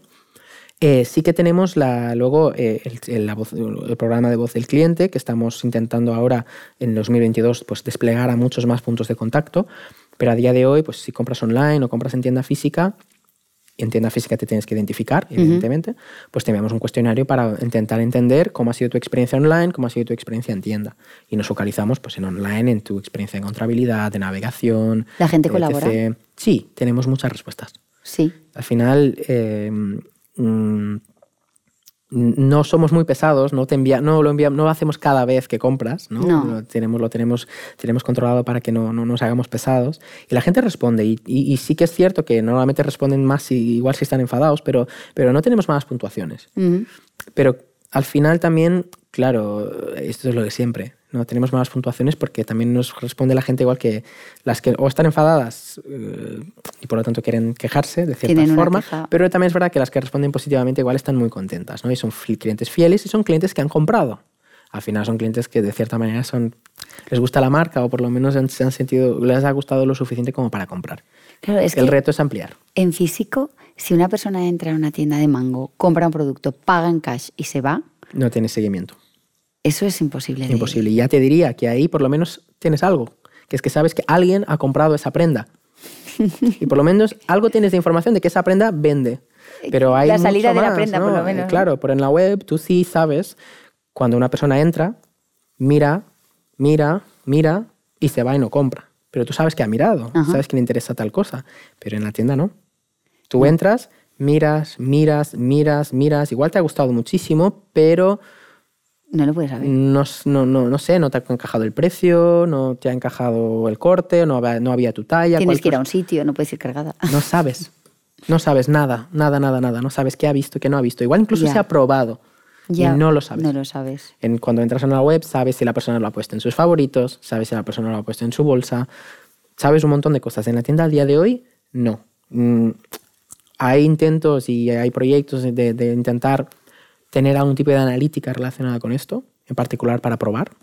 B: Eh, sí que tenemos la, luego eh, el, el- la voz- el programa de voz del cliente que estamos intentando ahora en dos mil veintidós pues, desplegar a muchos más puntos de contacto, pero a día de hoy pues, si compras online o compras en tienda física, en tienda física te tienes que identificar, evidentemente, pues tenemos un cuestionario para intentar entender cómo ha sido tu experiencia online, cómo ha sido tu experiencia en tienda. Y nos focalizamos pues, en online, en tu experiencia de encontrabilidad, de navegación.
A: ¿La gente
B: etcétera.
A: colabora?
B: Sí, tenemos muchas respuestas.
A: Sí.
B: Al final, eh, mm, no somos muy pesados, no, te envía, no, lo envía, no lo hacemos cada vez que compras, ¿no?
A: No.
B: Lo tenemos, lo tenemos, tenemos controlado para que no, no nos hagamos pesados. Y la gente responde. Y, y, y sí que es cierto que normalmente responden más, si, igual si están enfadados, pero, pero no tenemos malas puntuaciones.
A: Ujú.
B: Pero al final también, claro, esto es lo de siempre. No tenemos malas puntuaciones porque también nos responde la gente igual que las que o están enfadadas eh, y por lo tanto quieren quejarse de cierta
A: Tienen una
B: forma,
A: queja.
B: pero también es verdad que las que responden positivamente igual están muy contentas, ¿no? Y son fi- clientes fieles y son clientes que han comprado. Al final son clientes que de cierta manera son les gusta la marca o por lo menos han- se han sentido, les ha gustado lo suficiente como para comprar.
A: Claro, es
B: El
A: que
B: reto es ampliar.
A: en físico, si una persona entra a una tienda de Mango, compra un producto, paga en cash y se va,
B: No tienes seguimiento.
A: eso es imposible. de-
B: Imposible. Y ya te diría que ahí por lo menos tienes algo, que es que sabes que alguien ha comprado esa prenda. Y por lo menos algo tienes de información de que esa prenda vende. Pero hay
A: La salida
B: mucho
A: de la
B: más,
A: prenda,
B: ¿no?
A: por lo menos, ¿no?
B: Claro, pero en la web tú sí sabes cuando una persona entra, mira, mira, mira y se va y no compra. Pero tú sabes que ha mirado,
A: Ajá.
B: sabes que le interesa tal cosa. Pero en la tienda no. Tú entras, miras, miras, miras, miras. Igual te ha gustado muchísimo, pero
A: No lo puedes saber.
B: no, no, no, no sé, no te ha encajado el precio, no te ha encajado el corte, no había, no había tu talla.
A: Tienes que ir a
B: cualquier-
A: un sitio, no puedes ir cargada.
B: No sabes. No sabes nada, nada, nada, nada. No sabes qué ha visto, qué no ha visto. Igual incluso
A: Ya.
B: se ha probado
A: Ya,
B: y no lo sabes.
A: No lo sabes.
B: En, cuando entras en la web, sabes si la persona lo ha puesto en sus favoritos, sabes si la persona lo ha puesto en su bolsa, sabes un montón de cosas. En la tienda al día de hoy, no. Mm, hay intentos y hay proyectos de, de intentar tener algún tipo de analítica relacionada con esto, en particular para probar,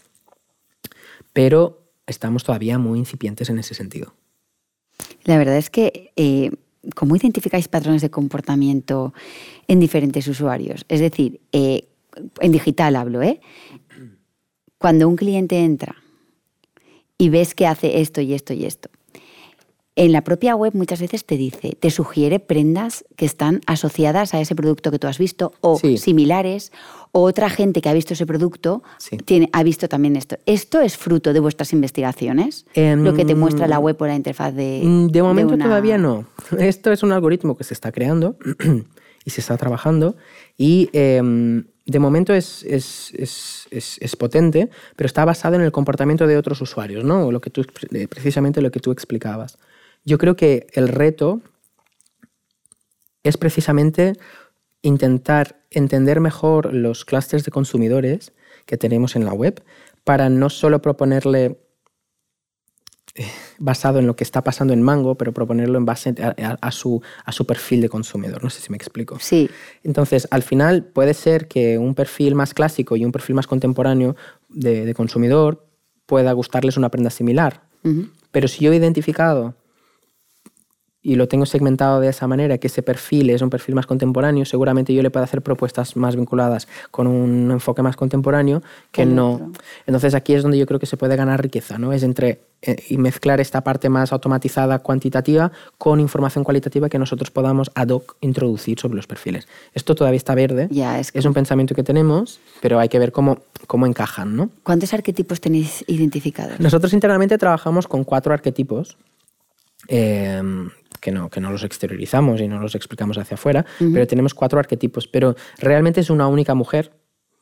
B: pero estamos todavía muy incipientes en ese sentido.
A: La verdad es que, eh, ¿cómo identificáis patrones de comportamiento en diferentes usuarios? Es decir, eh, en digital hablo, ¿eh? Cuando un cliente entra y ves que hace esto y esto y esto, En la propia web muchas veces te dice, te sugiere prendas que están asociadas a ese producto que tú has visto o
B: Sí.
A: similares, o otra gente que ha visto ese producto
B: Sí.
A: tiene, ha visto también esto. ¿Esto es fruto de vuestras investigaciones?
B: Em,
A: Lo que te muestra la web o la interfaz de
B: De momento
A: de una...
B: todavía no. Esto es un algoritmo que se está creando y se está trabajando y eh, de momento es, es, es, es, es potente, pero está basado en el comportamiento de otros usuarios, ¿no? Lo que tú, precisamente lo que tú explicabas. Yo creo que el reto es precisamente intentar entender mejor los clústeres de consumidores que tenemos en la web para no solo proponerle basado en lo que está pasando en Mango, pero proponerlo en base a, a, a, su, a su perfil de consumidor. No sé si me explico.
A: Sí.
B: Entonces, al final puede ser que un perfil más clásico y un perfil más contemporáneo de, de consumidor pueda gustarles una prenda similar. Uh-huh. Pero si yo he identificado y lo tengo segmentado de esa manera, que ese perfil es un perfil más contemporáneo, seguramente yo le puedo hacer propuestas más vinculadas con un enfoque más contemporáneo que
A: el
B: no.
A: Otro.
B: Entonces aquí es donde yo creo que se puede ganar riqueza, ¿no? Es entre eh, y mezclar esta parte más automatizada, cuantitativa, con información cualitativa que nosotros podamos ad hoc introducir sobre los perfiles. Esto todavía está verde,
A: ya, es,
B: es un pensamiento que tenemos, pero hay que ver cómo, cómo encajan, ¿no?
A: ¿Cuántos arquetipos tenéis identificados?
B: Nosotros internamente trabajamos con cuatro arquetipos. Eh, que no, que no los exteriorizamos y no los explicamos hacia afuera, uh-huh. pero tenemos cuatro arquetipos, pero realmente es una única mujer.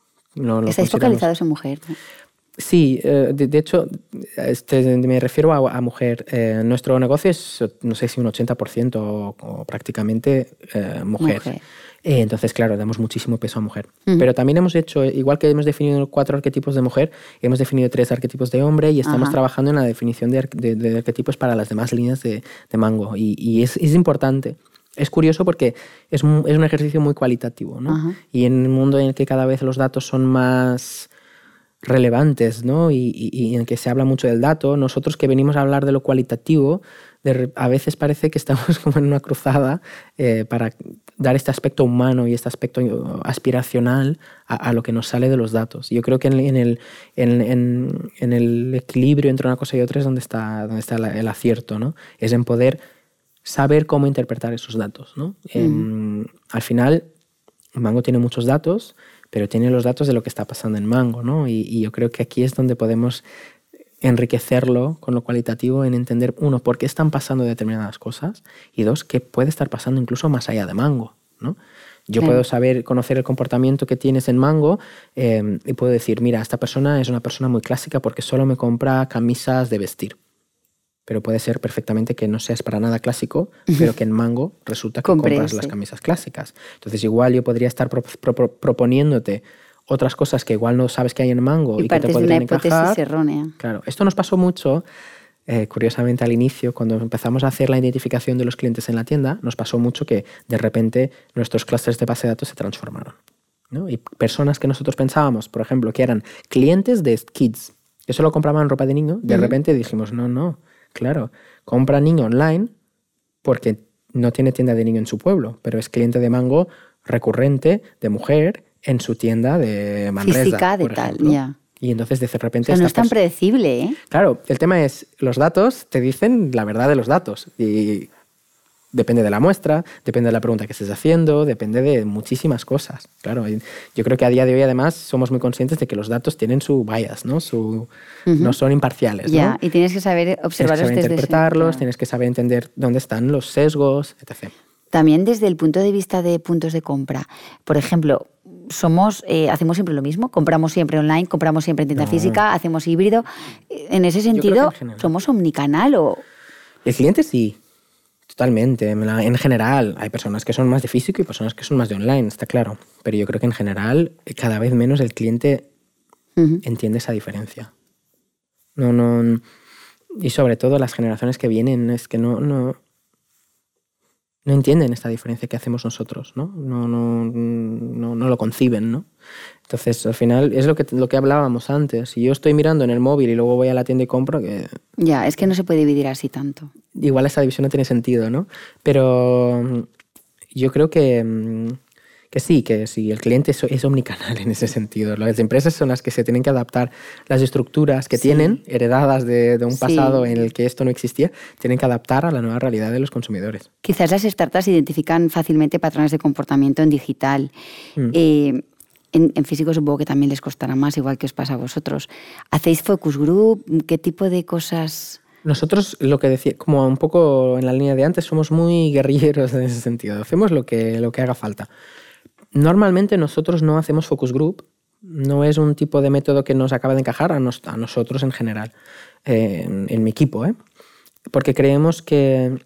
B: No lo
A: ¿Estáis focalizados en mujer? ¿No?
B: Sí, eh, de, de hecho, este, me refiero a, a mujer. Eh, nuestro negocio es, no sé si un ochenta por ciento o, o prácticamente eh, mujer.
A: mujer.
B: Eh, entonces, claro, damos muchísimo peso a mujer. Uh-huh. Pero también hemos hecho, igual que hemos definido cuatro arquetipos de mujer, hemos definido tres arquetipos de hombre y estamos uh-huh. trabajando en la definición de, de, de arquetipos para las demás líneas de, de Mango. Y, y es, es importante. Es curioso porque es un, es un ejercicio muy cualitativo, ¿no? Uh-huh. Y en un mundo en el que cada vez los datos son más relevantes, ¿no? Y, y, y en el que se habla mucho del dato, nosotros que venimos a hablar de lo cualitativo, de, a veces parece que estamos como en una cruzada eh, para dar este aspecto humano y este aspecto aspiracional a, a lo que nos sale de los datos. Yo creo que en, en, el, en, en, en el equilibrio entre una cosa y otra es donde está, donde está la, el acierto, ¿no? Es en poder saber cómo interpretar esos datos, ¿no? Mm. Eh, al final, Mango tiene muchos datos, pero tiene los datos de lo que está pasando en Mango, ¿no? Y, y yo creo que aquí es donde podemos enriquecerlo con lo cualitativo en entender, uno, por qué están pasando determinadas cosas y dos, qué puede estar pasando incluso más allá de Mango, ¿no? Yo sí. puedo saber, conocer el comportamiento que tienes en Mango eh, y puedo decir, mira, esta persona es una persona muy clásica porque solo me compra camisas de vestir. Pero puede ser perfectamente que no seas para nada clásico, pero que en Mango resulta que Compre compras ese. las camisas clásicas. Entonces igual yo podría estar pro, pro, pro, proponiéndote otras cosas que igual no sabes que hay en Mango y,
A: y
B: que te podrían encajar.
A: Y partes de una hipótesis errónea.
B: Claro, esto nos pasó mucho, eh, curiosamente al inicio, cuando empezamos a hacer la identificación de los clientes en la tienda, nos pasó mucho que de repente nuestros clústeres de base de datos se transformaron, ¿no? Y personas que nosotros pensábamos, por ejemplo, que eran clientes de kids, que solo compraban ropa de niño, de uh-huh. repente dijimos, no, no, claro, compra niño online porque no tiene tienda de niño en su pueblo, pero es cliente de Mango recurrente de mujer en su tienda de Manresa,
A: física de
B: por
A: tal,
B: ejemplo.
A: ya.
B: Y entonces de repente...
A: O sea, no es tan predecible, ¿eh?
B: Claro, el tema es, los datos te dicen la verdad de los datos y depende de la muestra, depende de la pregunta que estés haciendo, depende de muchísimas cosas. Claro, yo creo que a día de hoy además somos muy conscientes de que los datos tienen su bias, ¿no? Su, uh-huh. no son imparciales,
A: ya,
B: ¿no?
A: Y tienes que saber observarlos,
B: tienes que saber
A: desde
B: interpretarlos,
A: ese...
B: tienes que saber entender dónde están los sesgos, etcétera.
A: También desde el punto de vista de puntos de compra. Por ejemplo, somos eh, hacemos siempre lo mismo, compramos siempre online, compramos siempre en tienda no. física, hacemos híbrido. En ese sentido, en ¿somos omnicanal o...?
B: El cliente sí, totalmente. En general, hay personas que son más de físico y personas que son más de online, está claro. Pero yo creo que en general, cada vez menos el cliente uh-huh. entiende esa diferencia. No, no... Y sobre todo las generaciones que vienen, es que no... no No entienden esta diferencia que hacemos nosotros, ¿no? No, no, no, no lo conciben, ¿no? Entonces, al final, es lo que, lo que hablábamos antes. Si yo estoy mirando en el móvil y luego voy a la tienda y compro... que
A: Ya, es que no se puede dividir así tanto.
B: Igual esa división no tiene sentido, ¿no? Pero yo creo que, que sí, que sí, el cliente es, es omnicanal en ese sentido. Las empresas son las que se tienen que adaptar. Las estructuras que sí. tienen, heredadas de, de un pasado sí. en el que esto no existía, tienen que adaptar a la nueva realidad de los consumidores.
A: Quizás las startups identifican fácilmente patrones de comportamiento en digital. Mm. Eh, en, en físico supongo que también les costará más, igual que os pasa a vosotros. ¿Hacéis focus group? ¿Qué tipo de cosas...?
B: Nosotros, lo que decía, como un poco en la línea de antes, somos muy guerrilleros en ese sentido. Hacemos lo que, lo que haga falta. Normalmente nosotros no hacemos focus group. No es un tipo de método que nos acaba de encajar a, nos, a nosotros en general, eh, en, en mi equipo, ¿eh? Porque creemos que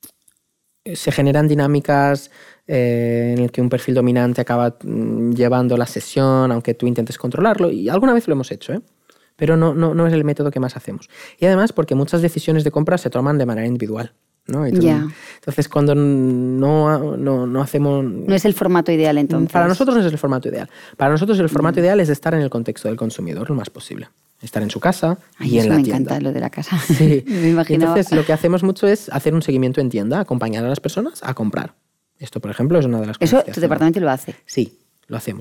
B: se generan dinámicas eh, en el que un perfil dominante acaba llevando la sesión, aunque tú intentes controlarlo. Y alguna vez lo hemos hecho, ¿eh? Pero no, no, no es el método que más hacemos. Y además porque muchas decisiones de compra se toman de manera individual, ¿no?
A: Yeah.
B: Entonces, cuando no, no, no hacemos...
A: No es el formato ideal, entonces.
B: Para nosotros no es el formato ideal. Para nosotros el formato mm. ideal es estar en el contexto del consumidor lo más posible. Estar en su casa
A: Ay,
B: y en la
A: me
B: tienda.
A: Me encanta lo de la casa.
B: Sí.
A: Me imagino.
B: Entonces, lo que hacemos mucho es hacer un seguimiento en tienda, acompañar a las personas a comprar. Esto, por ejemplo, es una de las cosas
A: ¿Eso
B: que
A: tu departamento lo hace?
B: Sí, lo hacemos.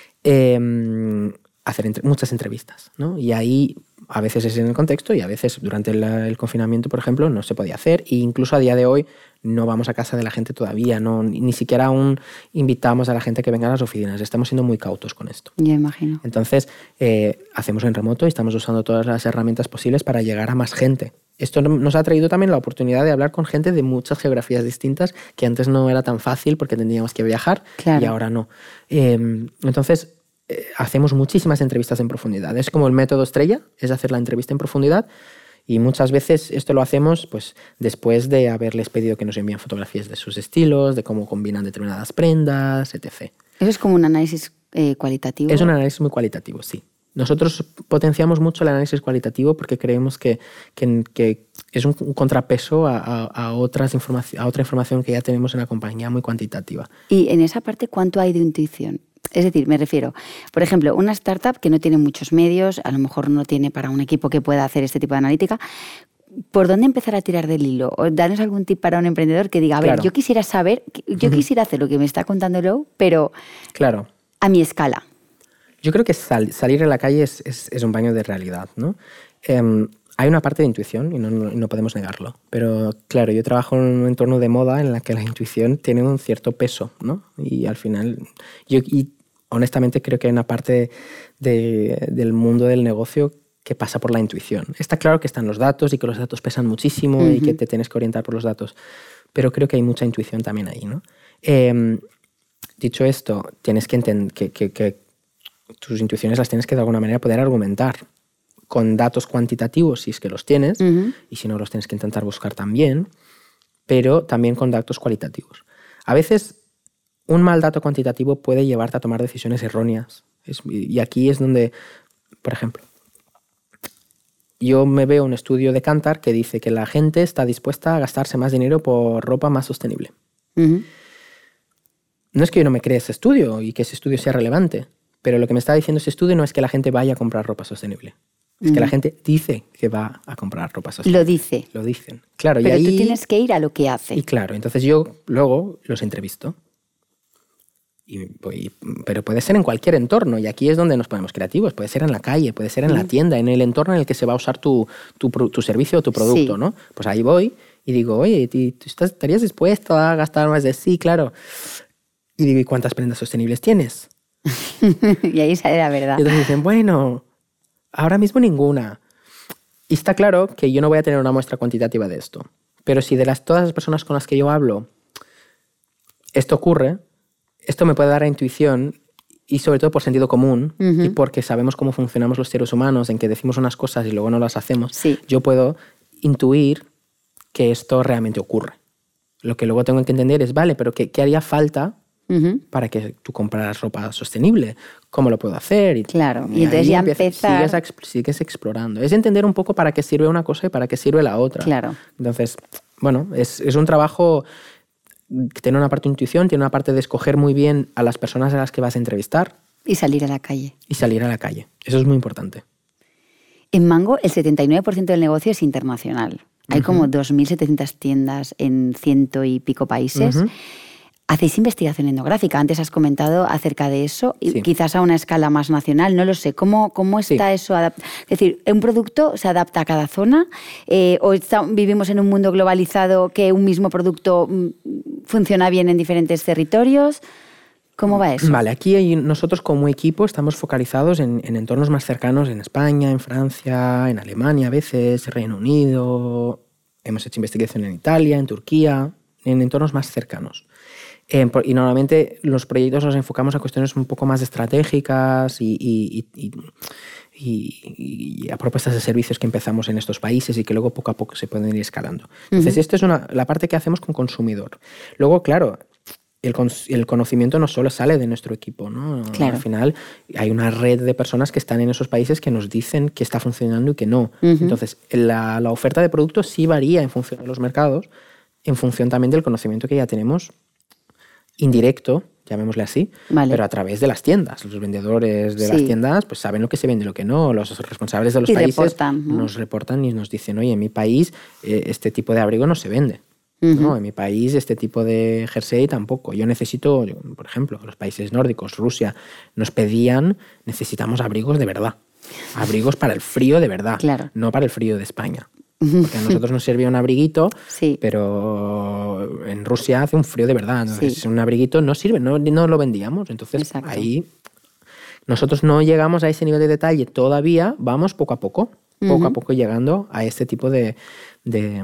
B: Eh, hacer entre, muchas entrevistas, ¿no? Y ahí a veces es en el contexto y a veces durante el, el confinamiento, por ejemplo, no se podía hacer. E incluso a día de hoy no vamos a casa de la gente todavía, no, ni, ni siquiera aún invitamos a la gente que venga a las oficinas. Estamos siendo muy cautos con esto.
A: Ya imagino.
B: Entonces, eh, hacemos en remoto y estamos usando todas las herramientas posibles para llegar a más gente. Esto nos ha traído también la oportunidad de hablar con gente de muchas geografías distintas, que antes no era tan fácil porque tendríamos que viajar, claro. Y ahora no. Eh, entonces, eh, hacemos muchísimas entrevistas en profundidad. Es como el método estrella, es hacer la entrevista en profundidad. Y muchas veces esto lo hacemos pues, después de haberles pedido que nos envíen fotografías de sus estilos, de cómo combinan determinadas prendas, etcétera.
A: ¿Eso es como un análisis eh, cualitativo?
B: Es un análisis muy cualitativo, sí. Nosotros potenciamos mucho el análisis cualitativo porque creemos que, que, que es un contrapeso a, a, a, otras información, a otra información que ya tenemos en la compañía muy cuantitativa.
A: Y en esa parte, ¿cuánto hay de intuición? Es decir, me refiero, por ejemplo, una startup que no tiene muchos medios, a lo mejor no tiene para un equipo que pueda hacer este tipo de analítica, ¿por dónde empezar a tirar del hilo? O danos algún tip para un emprendedor que diga, a ver, claro. yo quisiera saber, yo uh-huh. quisiera hacer lo que me está contando Lou, pero
B: claro.
A: a mi escala.
B: Yo creo que sal, salir a la calle es, es, es un baño de realidad, ¿no? Eh, hay una parte de intuición y no, no, no podemos negarlo. Pero claro, yo trabajo en un entorno de moda en la que la intuición tiene un cierto peso, ¿no? Y al final, yo y honestamente creo que hay una parte de, del mundo del negocio que pasa por la intuición. Está claro que están los datos y que los datos pesan muchísimo uh-huh. y que te tienes que orientar por los datos. Pero creo que hay mucha intuición también ahí, ¿no? Eh, dicho esto, tienes que entender que, que, que tus intuiciones las tienes que de alguna manera poder argumentar con datos cuantitativos si es que los tienes, uh-huh. y si no los tienes que intentar buscar también, pero también con datos cualitativos. A veces un mal dato cuantitativo puede llevarte a tomar decisiones erróneas. Es, y aquí es donde, por ejemplo, yo me veo un estudio de Kantar que dice que la gente está dispuesta a gastarse más dinero por ropa más sostenible. Uh-huh. No es que yo no me cree ese estudio y que ese estudio sea relevante, pero lo que me está diciendo ese estudio no es que la gente vaya a comprar ropa sostenible. Es que la gente dice que va a comprar ropa sostenible.
A: Lo dice.
B: Lo dicen. Claro,
A: pero
B: y ahí,
A: tú tienes que ir a lo que hace.
B: Y claro, entonces yo luego los entrevisto. Y, y, pero puede ser en cualquier entorno. Y aquí es donde nos ponemos creativos. Puede ser en la calle, puede ser en mm. la tienda, en el entorno en el que se va a usar tu, tu, tu servicio o tu producto, sí. ¿no? Pues ahí voy y digo, oye, ¿tú estarías dispuesto a gastar más de sí? Claro. Y digo, ¿y cuántas prendas sostenibles tienes?
A: Y ahí sale la verdad.
B: Y entonces dicen, bueno, ahora mismo ninguna. Y está claro que yo no voy a tener una muestra cuantitativa de esto. Pero si de las, todas las personas con las que yo hablo esto ocurre, esto me puede dar a intuición y sobre todo por sentido común uh-huh. y porque sabemos cómo funcionamos los seres humanos, en que decimos unas cosas y luego no las hacemos.
A: Sí.
B: Yo puedo intuir que esto realmente ocurre. Lo que luego tengo que entender es, vale, pero ¿qué, qué haría falta Uh-huh. para que tú compraras ropa sostenible? ¿Cómo lo puedo hacer? Y,
A: claro, y, y entonces ya empezar...
B: Sigues, a, sigues explorando. Es entender un poco para qué sirve una cosa y para qué sirve la otra.
A: Claro.
B: Entonces, bueno, es, es un trabajo que tiene una parte de intuición, tiene una parte de escoger muy bien a las personas a las que vas a entrevistar.
A: Y salir a la calle.
B: Y salir a la calle. Eso es muy importante.
A: En Mango, el setenta y nueve por ciento del negocio es internacional. Hay uh-huh. como dos mil setecientas tiendas en ciento y pico países. Uh-huh. Hacéis investigación etnográfica, antes has comentado acerca de eso, y
B: Sí.
A: quizás a una escala más nacional, no lo sé. ¿Cómo, cómo está
B: Sí.
A: eso? adap- Es decir, ¿un producto se adapta a cada zona? Eh, ¿O está- vivimos en un mundo globalizado que un mismo producto mm, funciona bien en diferentes territorios? ¿Cómo va eso?
B: Vale, aquí hay- nosotros como equipo estamos focalizados en, en entornos más cercanos en España, en Francia, en Alemania a veces, Reino Unido, hemos hecho investigación en Italia, en Turquía, en entornos más cercanos. Eh, por- y normalmente los proyectos nos enfocamos a cuestiones un poco más estratégicas y, y- y- y- y a propuestas de servicios que empezamos en estos países y que luego poco a poco se pueden ir escalando. Entonces,
A: Ujú.
B: esto es una, la parte que hacemos con consumidor. Luego, claro, el, cons- el conocimiento no solo sale de nuestro equipo, ¿no?
A: Claro.
B: Al final hay una red de personas que están en esos países que nos dicen que está funcionando y que no.
A: Ujú.
B: Entonces, la, la oferta de productos sí varía en función de los mercados, en función también del conocimiento que ya tenemos indirecto, llamémosle así,
A: Vale.
B: pero a través de las tiendas. Los vendedores de
A: Sí.
B: las tiendas pues saben lo que se vende y lo que no. Los responsables de los
A: Y
B: países
A: reportan, ¿no?
B: nos reportan y nos dicen, oye, en mi país eh, este tipo de abrigo no se vende.
A: Ujú.
B: ¿no? En mi país este tipo de jersey tampoco. Yo necesito, yo, por ejemplo, los países nórdicos, Rusia, nos pedían, necesitamos abrigos de verdad. Abrigos para el frío de verdad,
A: Claro.
B: no para el frío de España. Porque a nosotros nos servía un abriguito,
A: Sí.
B: pero en Rusia hace un frío de verdad. Entonces,
A: Sí.
B: un abriguito no sirve, no, no lo vendíamos. Entonces,
A: Exacto.
B: ahí nosotros no llegamos a ese nivel de detalle todavía, vamos poco a poco, poco
A: Ujú.
B: a poco llegando a este tipo de, de,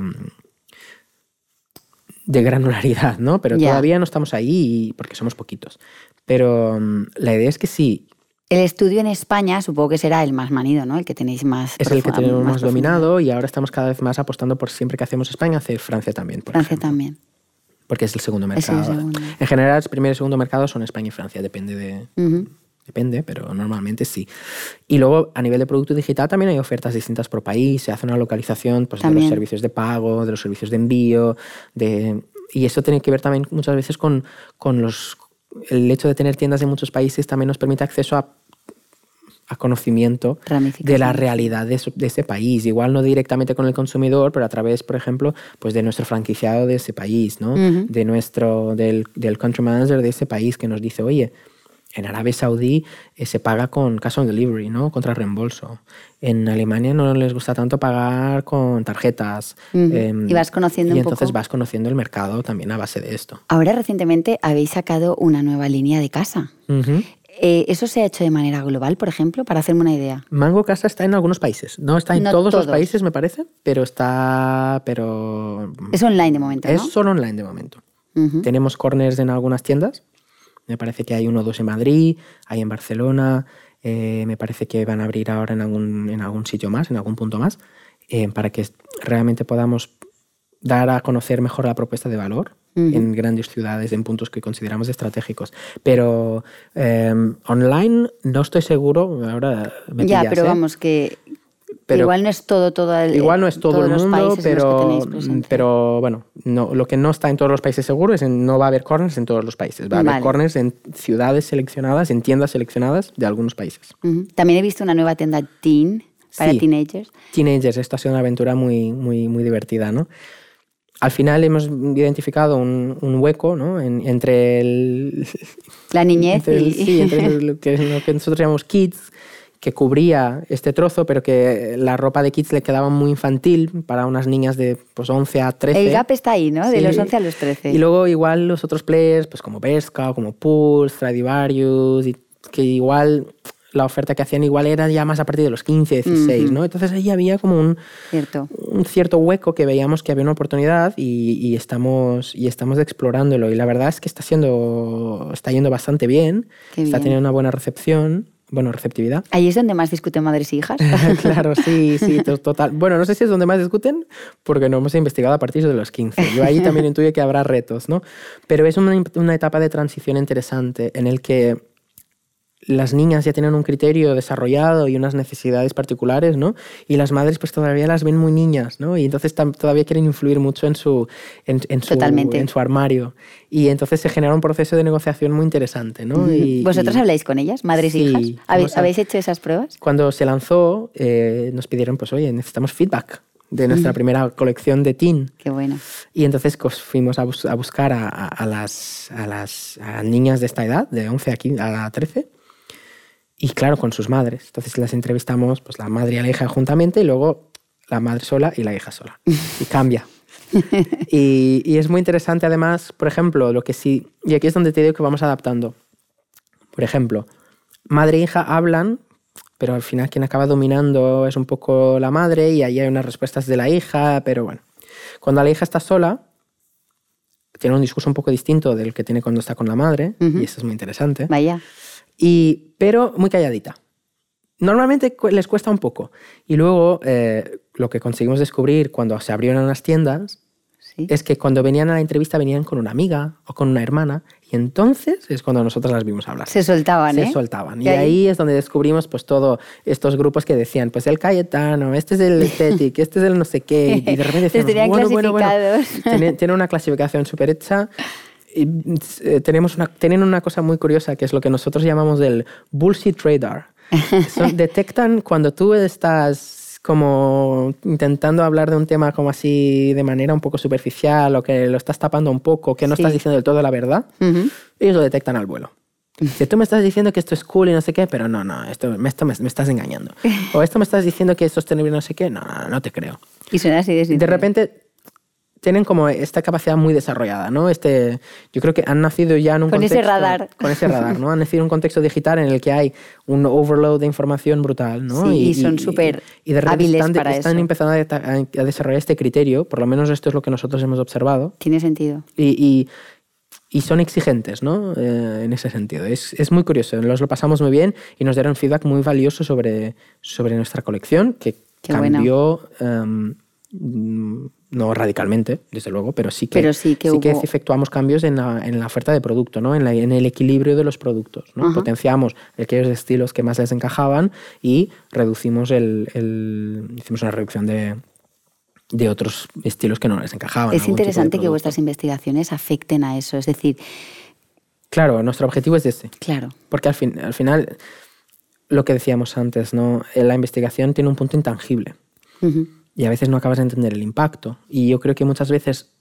B: de granularidad, ¿no? Pero
A: Ya.
B: todavía no estamos ahí porque somos poquitos. Pero mm, la idea es que sí,
A: El estudio en España supongo que será el más manido, ¿no? El que tenéis más
B: es el que
A: profu-
B: tenemos más
A: profundidad.
B: dominado y ahora estamos cada vez más apostando por siempre que hacemos España, hacer Francia también, por
A: Francia
B: ejemplo.
A: también.
B: Porque es el segundo
A: Es el
B: mercado.
A: segundo.
B: En general, el primer y segundo mercado son España y Francia, depende de...
A: Ujú.
B: Depende, pero normalmente sí. Y luego, a nivel de producto digital, también hay ofertas distintas por país. Se hace una localización pues, de
A: También.
B: los servicios de pago, de los servicios de envío. De... Y esto tiene que ver también muchas veces con, con los... El hecho de tener tiendas en muchos países también nos permite acceso a a conocimiento de la realidad de, su, de ese país. Igual no directamente con el consumidor, pero a través, por ejemplo, pues de nuestro franquiciado de ese país, ¿no?
A: Uh-huh.
B: De nuestro, del, del country manager de ese país que nos dice, oye, en Arabia Saudí eh, se paga con cash on delivery, ¿no? Contra reembolso. En Alemania no les gusta tanto pagar con tarjetas.
A: Uh-huh.
B: eh,
A: y vas conociendo
B: y
A: un
B: entonces
A: poco.
B: vas conociendo el mercado también a base de esto.
A: Ahora recientemente habéis sacado una nueva línea de casa.
B: Uh-huh.
A: Eh, ¿Eso se ha hecho de manera global, por ejemplo? Para hacerme una idea.
B: Mango Casa está en algunos países. No está en
A: No
B: todos,
A: todos.
B: los países, me parece, pero está... pero
A: Es online de momento, ¿no?
B: Es solo online de momento.
A: Uh-huh.
B: Tenemos corners en algunas tiendas. Me parece que hay uno o dos en Madrid, hay en Barcelona. Eh, me parece que van a abrir ahora en algún, en algún sitio más, en algún punto más, eh, para que realmente podamos dar a conocer mejor la propuesta de valor. Uh-huh. En grandes ciudades, en puntos que consideramos estratégicos. Pero eh, online no estoy seguro. Ahora me
A: ya,
B: pillas,
A: pero
B: ¿eh?
A: vamos, que
B: Pero
A: igual no es todo, todo el,
B: igual no es todo el mundo, pero,
A: pero,
B: pero bueno, no, lo que no está en todos los países seguro es que no va a haber corners en todos los países. Va a
A: vale.
B: haber corners en ciudades seleccionadas, en tiendas seleccionadas de algunos países.
A: Uh-huh. También he visto una nueva tienda teen para
B: sí.
A: teenagers.
B: Teenagers, esta ha sido una aventura muy, muy, muy divertida, ¿no? Al final hemos identificado un, un hueco, ¿no? En, entre el...
A: La niñez
B: entre el,
A: y...
B: Sí, entre lo que, lo que nosotros llamamos kids, que cubría este trozo, pero que la ropa de kids le quedaba muy infantil para unas niñas de pues, once a trece.
A: El gap está ahí, ¿no? De
B: sí.
A: los once a los trece.
B: Y luego igual los otros players, pues como Bershka, como Pulse, Stradivarius, y que igual... la oferta que hacían igual era ya más a partir de los quince, dieciséis, uh-huh. ¿no? Entonces ahí había como un
A: cierto.
B: un cierto hueco que veíamos que había una oportunidad y, y, estamos, y estamos explorándolo. Y la verdad es que está, siendo, está yendo bastante bien,
A: Qué
B: está
A: bien.
B: teniendo una buena recepción, bueno, receptividad.
A: ¿Ahí es donde más discuten madres e hijas?
B: Claro, sí, sí, total. Bueno, no sé si es donde más discuten, porque no hemos investigado a partir de los quince. Yo ahí también intuyo que habrá retos, ¿no? Pero es una, una etapa de transición interesante en el que las niñas ya tienen un criterio desarrollado y unas necesidades particulares, ¿no? Y las madres pues todavía las ven muy niñas, ¿no? Y entonces tam- todavía quieren influir mucho en su, en, en, su,
A: Totalmente.
B: en su armario. Y entonces se genera un proceso de negociación muy interesante, ¿no?
A: Uh-huh.
B: Y,
A: ¿Vosotros
B: y...
A: habláis con ellas, madres
B: sí,
A: e hijas? ¿Habéis,
B: a...
A: ¿Habéis hecho esas pruebas?
B: Cuando se lanzó, eh, nos pidieron, pues, oye, necesitamos feedback. de nuestra primera colección de teen.
A: Qué bueno.
B: Y entonces pues, fuimos a, bus a buscar a, a, a, las, a las a niñas de esta edad, de once a, quince, a trece, y claro, con sus madres. Entonces las entrevistamos, pues la madre y la hija juntamente, y luego la madre sola y la hija sola. Y cambia. y, y es muy interesante además, por ejemplo, lo que sí, y aquí es donde te digo que vamos adaptando. Por ejemplo, madre e hija hablan, pero al final quien acaba dominando es un poco la madre y ahí hay unas respuestas de la hija, pero bueno. Cuando la hija está sola, tiene un discurso un poco distinto del que tiene cuando está con la madre, uh-huh. y eso es muy interesante.
A: Vaya.
B: Y, pero muy calladita. Normalmente les cuesta un poco. Y luego eh, lo que conseguimos descubrir cuando se abrieron las tiendas ¿Sí? es que cuando venían a la entrevista venían con una amiga o con una hermana y entonces es cuando nosotros las vimos hablar.
A: Se soltaban,
B: Se
A: ¿eh?
B: soltaban. Y, y ahí? ahí es donde descubrimos pues todos estos grupos que decían, pues el Cayetano, este es el Estetic, este es el no sé qué. Y de repente decíamos, bueno, bueno, bueno. Tiene, tiene una clasificación súper hecha. Y, eh, tenemos una, tienen una cosa muy curiosa que es lo que nosotros llamamos el bullshit radar. Son, detectan cuando tú estás como intentando hablar de un tema como así de manera un poco superficial o que lo estás tapando un poco, que no sí. estás diciendo del todo la verdad, uh-huh. ellos lo detectan al vuelo. Si tú me estás diciendo que esto es cool y no sé qué, pero no, no, esto, esto me, me estás engañando. O esto me estás diciendo que es sostenible y no sé qué, no, no, no te creo.
A: Y suena así de
B: De repente tienen como esta capacidad muy desarrollada, ¿no? Este, yo creo que han nacido ya en un
A: con
B: contexto...
A: Con ese radar.
B: Con ese radar, ¿no? Han nacido en un contexto digital en el que hay un overload de información brutal, ¿no?
A: Sí, y, y son súper hábiles
B: están,
A: para
B: están
A: eso.
B: empezando a, a desarrollar este criterio, por lo menos esto es lo que nosotros hemos observado.
A: Tiene sentido.
B: Y, y, y son exigentes, ¿no? Eh, en ese sentido. Es, es muy curioso, nos lo pasamos muy bien y nos dieron feedback muy valioso sobre, sobre nuestra colección, que
A: Qué
B: cambió... Um, no radicalmente, desde luego, pero sí que,
A: pero sí que,
B: sí
A: hubo...
B: que efectuamos cambios en la, en la oferta de producto, ¿no? en, la, en el equilibrio de los productos, ¿no? Uh-huh. Potenciamos aquellos estilos que más les encajaban y reducimos el, el hicimos una reducción de, de otros estilos que no les encajaban.
A: Es interesante que vuestras investigaciones afecten a eso, es decir...
B: Claro, nuestro objetivo es ese.
A: Claro.
B: Porque al, fin, al final, lo que decíamos antes, ¿no? La investigación tiene un punto intangible. Uh-huh. Y a veces no acabas de entender el impacto. Y yo creo que muchas veces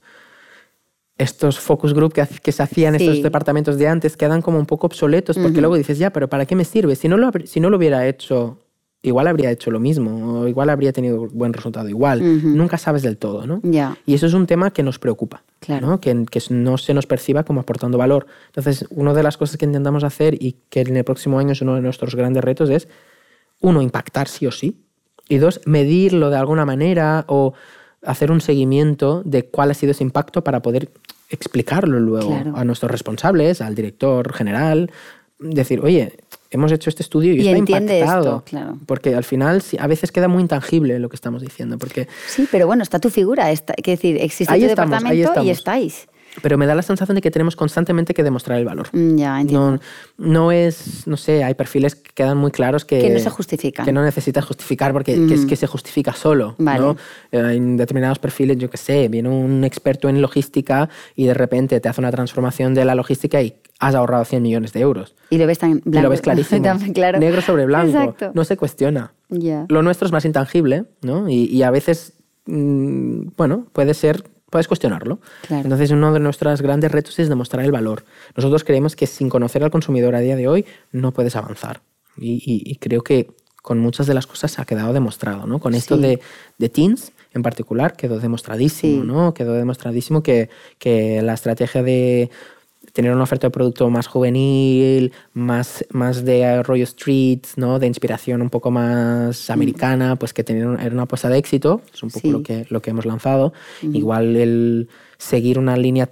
B: estos focus group que, que se hacían en sí. estos departamentos de antes quedan como un poco obsoletos porque uh-huh. luego dices, ya, pero ¿para qué me sirve? Si no lo, si no lo hubiera hecho, igual habría hecho lo mismo o igual habría tenido buen resultado igual. Uh-huh. Nunca sabes del todo, ¿no?
A: Yeah.
B: Y eso es un tema que nos preocupa,
A: claro.
B: ¿no? Que, que no se nos perciba como aportando valor. Entonces, una de las cosas que intentamos hacer y que en el próximo año es uno de nuestros grandes retos es, uno, impactar sí o sí. Y dos, medirlo de alguna manera o hacer un seguimiento de cuál ha sido ese impacto para poder explicarlo luego
A: claro.
B: a nuestros responsables, al director general. Decir, oye, hemos hecho este estudio y,
A: y
B: está
A: entiende
B: impactado.
A: Esto, claro.
B: Porque al final a veces queda muy intangible lo que estamos diciendo. Porque
A: sí, pero bueno, está tu figura. Está, es decir, existe
B: ahí
A: tu
B: estamos,
A: departamento
B: ahí estamos.
A: y estáis.
B: Pero me da la sensación de que tenemos constantemente que demostrar el valor.
A: Ya, entiendo.
B: No, no es, no sé, hay perfiles que quedan muy claros que...
A: Que no se justifican.
B: Que no necesitas justificar porque mm. que es que se justifica solo.
A: Vale.
B: ¿no? En determinados perfiles, yo qué sé, viene un experto en logística y de repente te hace una transformación de la logística y has ahorrado cien millones de euros.
A: Y lo ves tan blanco.
B: Y lo ves clarísimo.
A: tan claro.
B: Negro sobre blanco.
A: Exacto.
B: No se cuestiona.
A: Yeah.
B: Lo nuestro es más intangible, ¿no? Y, y a veces, mmm, bueno, puede ser... Puedes cuestionarlo.
A: Claro.
B: Entonces, uno de nuestros grandes retos es demostrar el valor. Nosotros creemos que sin conocer al consumidor a día de hoy no puedes avanzar. Y, y, y creo que con muchas de las cosas ha quedado demostrado, ¿no? Con esto sí. de, de Teens, en particular, quedó demostradísimo, sí. ¿no? Quedó demostradísimo que, que la estrategia de tener una oferta de producto más juvenil, más, más de rollo street, ¿no? De inspiración un poco más americana, mm. pues que tener una, era una apuesta de éxito, es un poco sí. lo, que, lo que hemos lanzado. Mm. Igual el seguir una línea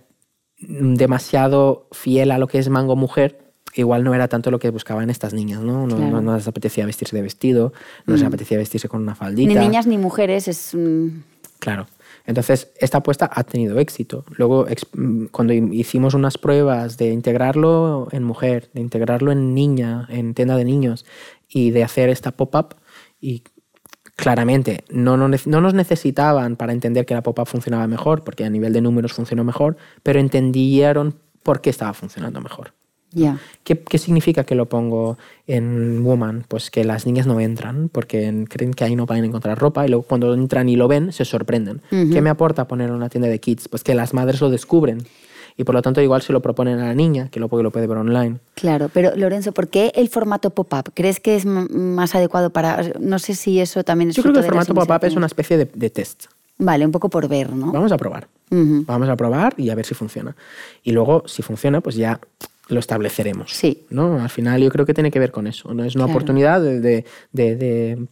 B: demasiado fiel a lo que es Mango Mujer, igual no era tanto lo que buscaban estas niñas, ¿no? No, claro. no, no les apetecía vestirse de vestido, no mm. les apetecía vestirse con una faldita.
A: Ni niñas ni mujeres, es... Mm...
B: Claro. Entonces, esta apuesta ha tenido éxito. Luego, cuando hicimos unas pruebas de integrarlo en mujer, de integrarlo en niña, en tienda de niños, y de hacer esta pop-up, y claramente no, no, no nos necesitaban para entender que la pop-up funcionaba mejor, porque a nivel de números funcionó mejor, pero entendieron por qué estaba funcionando mejor.
A: Yeah.
B: ¿Qué, ¿Qué significa que lo pongo en Woman? Pues que las niñas no entran porque creen que ahí no van a encontrar ropa y luego cuando entran y lo ven se sorprenden. Uh-huh. ¿Qué me aporta poner en una tienda de kids? Pues que las madres lo descubren. Y por lo tanto igual se lo proponen a la niña, que luego lo puede ver online.
A: Claro, pero Lorenzo, ¿por qué el formato pop-up? ¿Crees que es m- más adecuado para...? No sé si eso también es...
B: Yo creo que el formato pop-up es una especie de, de test.
A: Vale, un poco por ver, ¿no?
B: Vamos a probar. Uh-huh. Vamos a probar y a ver si funciona. Y luego, si funciona, pues ya lo estableceremos.
A: Sí.
B: ¿No? Al final yo creo que tiene que ver con eso, ¿no? Es una claro. oportunidad de... de, de, de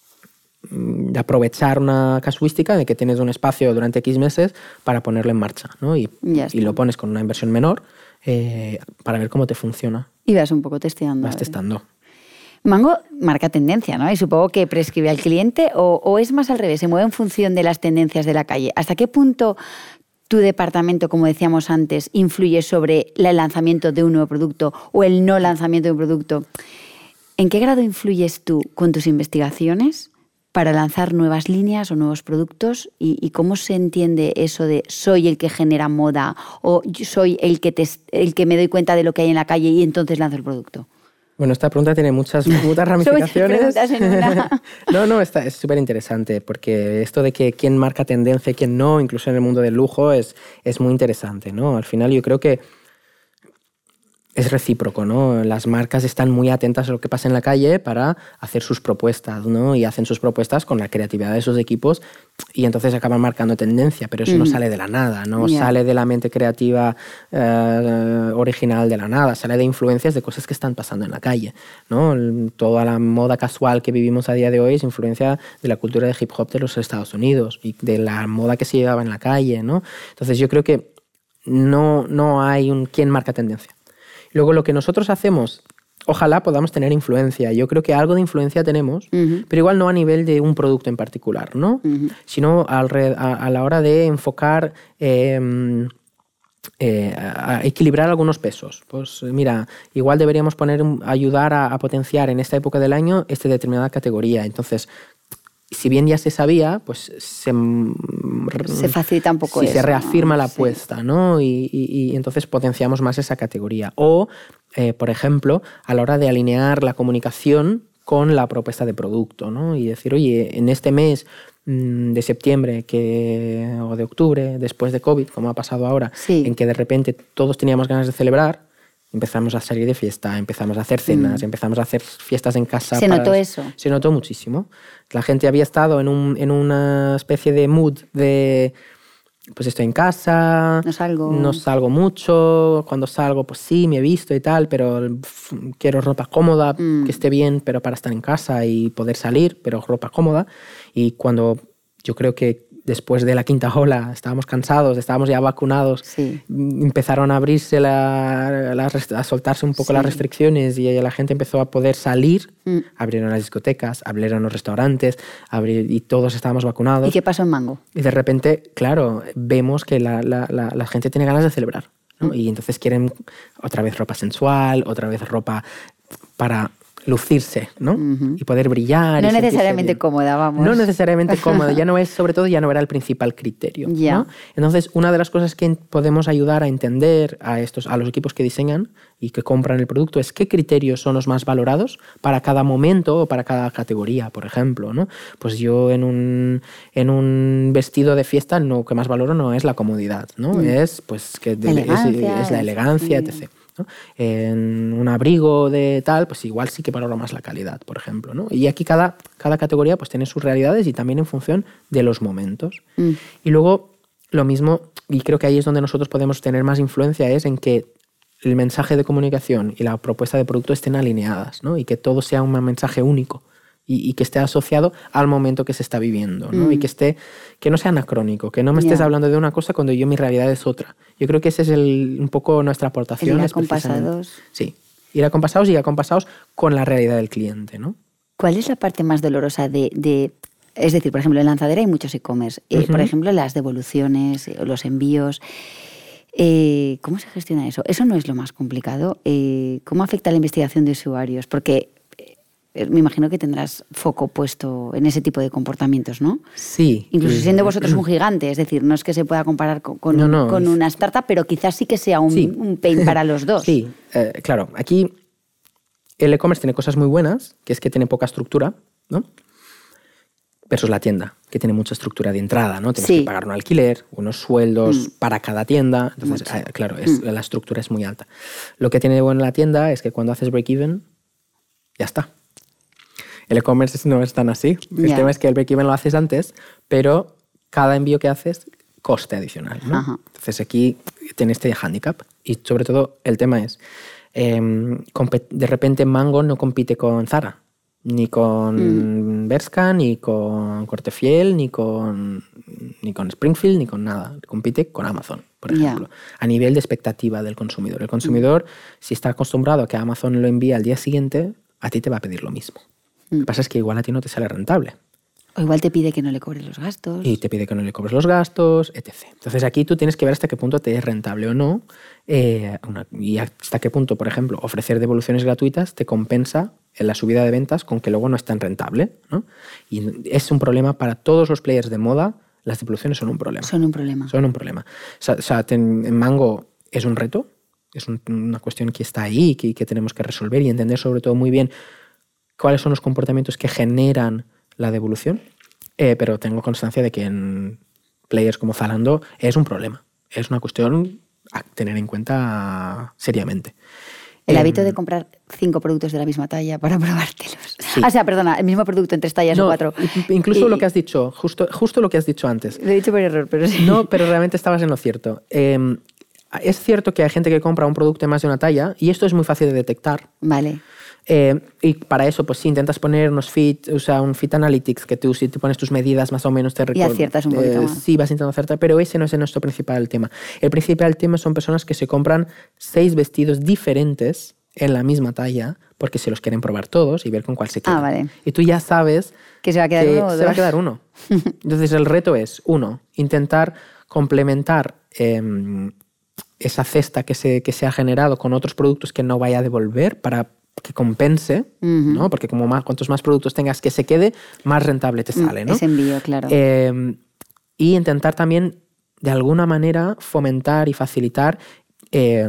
B: de aprovechar una casuística de que tienes un espacio durante X meses para ponerlo en marcha, ¿no? Y, y lo pones con una inversión menor eh, para ver cómo te funciona.
A: Y vas un poco testeando.
B: Vas testando.
A: Mango marca tendencia, ¿no? Y supongo que prescribe al cliente o, o es más al revés, se mueve en función de las tendencias de la calle. ¿Hasta qué punto tu departamento, como decíamos antes, influye sobre el lanzamiento de un nuevo producto o el no lanzamiento de un producto? ¿En qué grado influyes tú con tus investigaciones para lanzar nuevas líneas o nuevos productos? ¿Y, y cómo se entiende eso de soy el que genera moda o soy el que, te, el que me doy cuenta de lo que hay en la calle y entonces lanzo el producto?
B: Bueno, esta pregunta tiene muchas, muchas ramificaciones.
A: en una.
B: no, no, está, es súper interesante porque esto de que quién marca tendencia y quién no, incluso en el mundo del lujo, es, es muy interesante, ¿no? Al final yo creo que es recíproco, ¿no? Las marcas están muy atentas a lo que pasa en la calle para hacer sus propuestas, ¿no? Y hacen sus propuestas con la creatividad de sus equipos y entonces acaban marcando tendencia, pero eso mm. no sale de la nada, no yeah. sale de la mente creativa eh, original de la nada, sale de influencias de cosas que están pasando en la calle, ¿no? Toda la moda casual que vivimos a día de hoy es influencia de la cultura de hip hop de los Estados Unidos y de la moda que se llevaba en la calle, ¿no? Entonces yo creo que no, no hay un quién marca tendencia. Luego lo que nosotros hacemos, ojalá podamos tener influencia. Yo creo que algo de influencia tenemos, uh-huh. pero igual no a nivel de un producto en particular, ¿no? Uh-huh. Sino a, a la hora de enfocar, eh, eh, a equilibrar algunos pesos. Pues mira, igual deberíamos poner, ayudar a, a potenciar en esta época del año esta determinada categoría. Entonces, si bien ya se sabía, pues se,
A: se facilita un poco
B: sí,
A: eso.
B: Se reafirma
A: ¿no?
B: la apuesta, sí. ¿no? Y, y, y entonces potenciamos más esa categoría. O, eh, por ejemplo, a la hora de alinear la comunicación con la propuesta de producto, ¿no? Y decir, oye, en este mes mmm, de septiembre que, o de octubre, después de COVID, como ha pasado ahora, sí. en que de repente todos teníamos ganas de celebrar, empezamos a salir de fiesta, empezamos a hacer cenas, mm. empezamos a hacer fiestas en casa.
A: ¿Se
B: para...
A: notó eso?
B: Se notó muchísimo. La gente había estado en, un, en una especie de mood de, pues estoy en casa,
A: no salgo.
B: no salgo mucho, cuando salgo pues sí, me he visto y tal, pero pff, quiero ropa cómoda, mm. que esté bien, pero para estar en casa y poder salir, pero ropa cómoda. Y cuando yo creo que después de la quinta ola estábamos cansados, estábamos ya vacunados,
A: sí.
B: empezaron a abrirse, la, la, a soltarse un poco sí. las restricciones y la gente empezó a poder salir, mm. abrieron las discotecas, abrieron los restaurantes, abrir, y todos estábamos vacunados.
A: ¿Y qué pasó en Mango?
B: Y de repente, claro, vemos que la, la, la, la gente tiene ganas de celebrar, ¿no? Mm. Y entonces quieren otra vez ropa sensual, otra vez ropa para lucirse, ¿no? Uh-huh. Y poder brillar.
A: No
B: y
A: necesariamente bien. Cómoda, vamos.
B: No necesariamente cómoda, ya no es, sobre todo ya no era el principal criterio,
A: yeah.
B: ¿no? Entonces, una de las cosas que podemos ayudar a entender a estos, a los equipos que diseñan y que compran el producto es qué criterios son los más valorados para cada momento o para cada categoría, por ejemplo, ¿no? Pues yo en un, en un vestido de fiesta lo que más valoro no es la comodidad, ¿no? Mm. Es, pues, que de,
A: elegancia,
B: es, es la elegancia, sí. etcétera, ¿no? En un abrigo de tal, pues igual sí que valoro más la calidad, por ejemplo, ¿no? Y aquí cada, cada categoría pues tiene sus realidades y también en función de los momentos. Mm. Y luego lo mismo, y creo que ahí es donde nosotros podemos tener más influencia, es en que el mensaje de comunicación y la propuesta de producto estén alineadas, ¿no? Y que todo sea un mensaje único. Y, y que esté asociado al momento que se está viviendo, ¿no? Mm. Y que esté, que no sea anacrónico, que no me estés yeah. hablando de una cosa cuando yo mi realidad es otra. Yo creo que ese es el, un poco nuestra aportación.
A: Ir acompasados.
B: Sí, ir acompasados y acompasados con la realidad del cliente, ¿no?
A: ¿Cuál es la parte más dolorosa de, de es decir, por ejemplo, en Lanzadera hay muchos e-commerce, eh, uh-huh. por ejemplo, las devoluciones, los envíos. Eh, ¿Cómo se gestiona eso? Eso no es lo más complicado. Eh, ¿Cómo afecta la investigación de usuarios? Porque me imagino que tendrás foco puesto en ese tipo de comportamientos, ¿no?
B: Sí.
A: Incluso siendo vosotros un gigante, es decir, no es que se pueda comparar con, con,
B: no, no,
A: con
B: es...
A: una startup, pero quizás sí que sea un,
B: sí.
A: un pain para los dos.
B: Sí, eh, claro. Aquí el e-commerce tiene cosas muy buenas, que es que tiene poca estructura, ¿no? Versus la tienda, que tiene mucha estructura de entrada, ¿no? Tienes
A: sí.
B: que pagar un alquiler, unos sueldos mm. para cada tienda. Entonces,
A: Mucho.
B: eh, claro, es, mm. la estructura es muy alta. Lo que tiene de bueno la tienda es que cuando haces break-even, ya está. El e-commerce no es tan así. El yeah. tema es que el break-even lo haces antes, pero cada envío que haces, coste adicional, ¿no?
A: Ajá.
B: Entonces aquí tiene este hándicap. Y sobre todo el tema es, eh, de repente Mango no compite con Zara, ni con mm. Bershka, ni con Cortefiel, ni con, ni con Springfield, ni con nada. Compite con Amazon, por ejemplo, yeah. a nivel de expectativa del consumidor. El consumidor, mm. si está acostumbrado a que Amazon lo envíe al día siguiente, a ti te va a pedir lo mismo. Mm. Lo que pasa es que igual a ti no te sale rentable.
A: O igual te pide que no le cobres los gastos.
B: Y te pide que no le cobres los gastos, etcétera. Entonces aquí tú tienes que ver hasta qué punto te es rentable o no, eh, una, y hasta qué punto, por ejemplo, ofrecer devoluciones gratuitas te compensa en la subida de ventas con que luego no es tan rentable, ¿no? Y es un problema para todos los players de moda, las devoluciones son un problema.
A: Son un problema.
B: Son un problema. O sea, o sea ten, en Mango es un reto, es un, una cuestión que está ahí y que, que tenemos que resolver y entender sobre todo muy bien cuáles son los comportamientos que generan la devolución, eh, pero tengo constancia de que en players como Zalando es un problema. Es una cuestión a tener en cuenta seriamente.
A: El eh, hábito de comprar cinco productos de la misma talla para probártelos. Sí. Ah, o sea, perdona, el mismo producto en tres tallas
B: no,
A: o cuatro.
B: Incluso
A: y,
B: lo que has dicho, justo, justo lo que has dicho antes.
A: Lo he dicho por error, pero sí.
B: No, pero realmente estabas en lo cierto. Eh, es cierto que hay gente que compra un producto de más de una talla y esto es muy fácil de detectar.
A: Vale.
B: Eh, y para eso, pues sí, intentas poner unos fit, o sea, un fit analytics, que tú si te pones tus medidas más o menos te recuerdas.
A: Y aciertas un poquito
B: eh,
A: más.
B: Sí, vas intentando acertar, pero ese no es nuestro principal tema. El principal tema son personas que se compran seis vestidos diferentes en la misma talla porque se los quieren probar todos y ver con cuál se queda.
A: Ah, vale.
B: Y tú ya sabes
A: que se va a quedar
B: que
A: uno o
B: se
A: dos.
B: va a quedar uno. Entonces el reto es, uno, intentar complementar eh, esa cesta que se, que se ha generado con otros productos que no vaya a devolver para que compense, uh-huh. ¿no? Porque como más, cuantos más productos tengas que se quede, más rentable te sale, ¿no?
A: Ese envío, claro.
B: Eh, y intentar también, de alguna manera, fomentar y facilitar eh,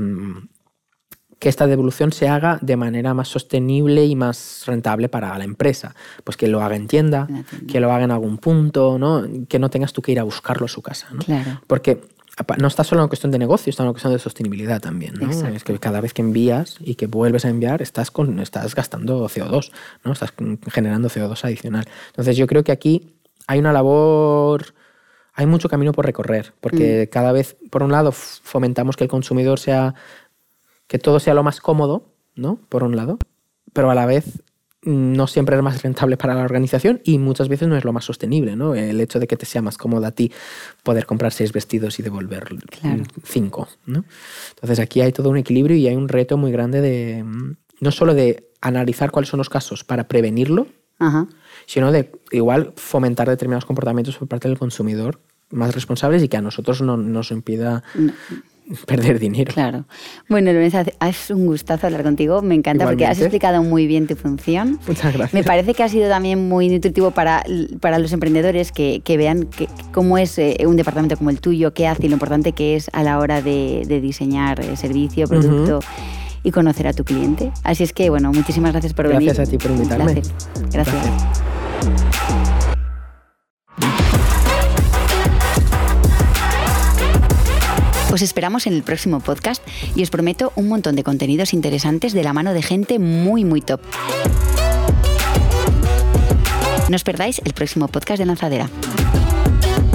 B: que esta devolución se haga de manera más sostenible y más rentable para la empresa. Pues que lo haga en tienda, que lo haga en algún punto, ¿no? Que no tengas tú que ir a buscarlo a su casa, ¿no?
A: Claro.
B: Porque no está solo en una cuestión de negocio, está en una cuestión de sostenibilidad también, ¿no? Es que cada vez que envías y que vuelves a enviar, estás, con, estás gastando C O dos, ¿no? Estás generando C O dos adicional. Entonces yo creo que aquí hay una labor, hay mucho camino por recorrer, porque mm. cada vez, por un lado, fomentamos que el consumidor sea, que todo sea lo más cómodo, ¿no? Por un lado, pero a la vez no siempre es más rentable para la organización y muchas veces no es lo más sostenible, ¿no? El hecho de que te sea más cómodo a ti poder comprar seis vestidos y devolver claro. cinco, ¿no? Entonces aquí hay todo un equilibrio y hay un reto muy grande de no solo de analizar cuáles son los casos para prevenirlo,
A: Ajá.
B: sino de igual fomentar determinados comportamientos por parte del consumidor más responsables y que a nosotros no nos impida no. perder dinero.
A: Claro. Bueno, Lorenza, es un gustazo hablar contigo. Me encanta Igualmente. Porque has explicado muy bien tu función.
B: Muchas gracias.
A: Me parece que ha sido también muy nutritivo para, para los emprendedores que, que vean que, cómo es eh, un departamento como el tuyo, qué hace y lo importante que es a la hora de, de diseñar eh, servicio, producto uh-huh. y conocer a tu cliente. Así es que, bueno, muchísimas gracias por
B: gracias
A: venir.
B: Gracias a ti por invitarme.
A: Gracias. Gracias.
B: gracias.
A: Os esperamos en el próximo podcast y os prometo un montón de contenidos interesantes de la mano de gente muy, muy top. No os perdáis el próximo podcast de Lanzadera.